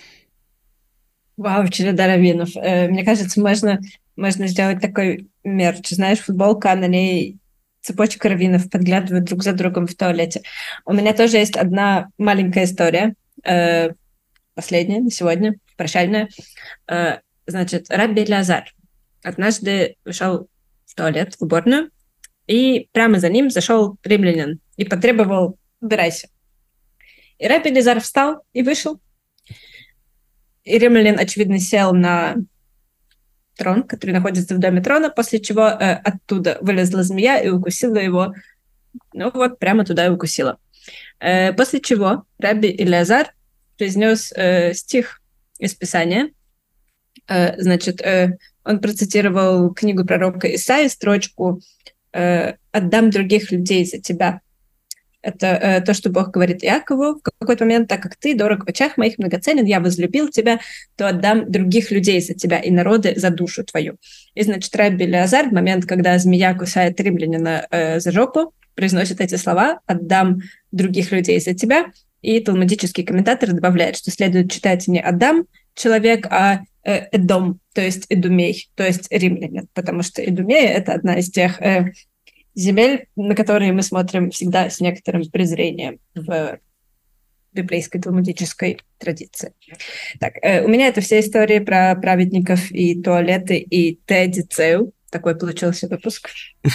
Вау, череда раввинов. Мне кажется, можно сделать такой мерч. Знаешь, футболка, на ней цепочка раввинов подглядывают друг за другом в туалете. У меня тоже есть одна маленькая история, последняя на сегодня, прощальная. Значит, Рабби Элиазар однажды вышел в туалет, в уборную, и прямо за ним зашел римлянин и потребовал «убирайся». И Рабби Элиазар встал и вышел. И римлянин, очевидно, сел на трон, который находится в доме трона, после чего оттуда вылезла змея и укусила его. Ну вот, прямо туда и укусила. После чего Рабби Элиазар произнес стих из Писания. Значит, он процитировал книгу пророка Исаии, строчку «Отдам других людей за тебя». Это то, что Бог говорит Иакову в какой-то момент: «Так как ты дорог в очах моих, многоценен, я возлюбил тебя, то отдам других людей за тебя и народы за душу твою». И, значит, Рабби Элиазар в момент, когда змея кусает римлянина за жопу, произносит эти слова: «Отдам других людей за тебя». И талмудический комментатор добавляет, что следует читать не «Адам» человек, а «Эдом», то есть «Эдумей», то есть римлянин, потому что Эдумея — это одна из тех земель, на которые мы смотрим всегда с некоторым презрением в библейской талмудической традиции. Так, у меня это все истории про праведников и туалеты и тедицею. Такой получился выпуск.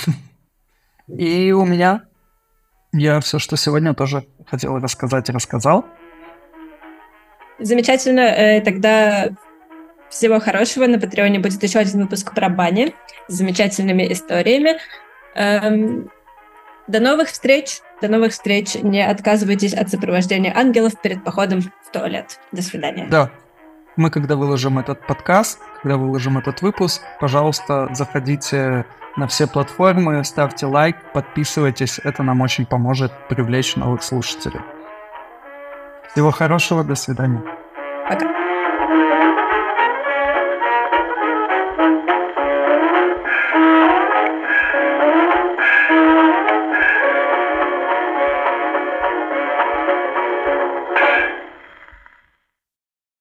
И у меня я все, что сегодня тоже хотел рассказать, и рассказал. Замечательно. Тогда всего хорошего. На Патреоне будет еще один выпуск про бани с замечательными историями. До новых встреч. До новых встреч. Не отказывайтесь от сопровождения ангелов перед походом в туалет. До свидания. Да. Мы, когда выложим этот подкаст, когда выложим этот выпуск, пожалуйста, заходите на все платформы, ставьте лайк, подписывайтесь. Это нам очень поможет привлечь новых слушателей. Всего хорошего. До свидания. Пока.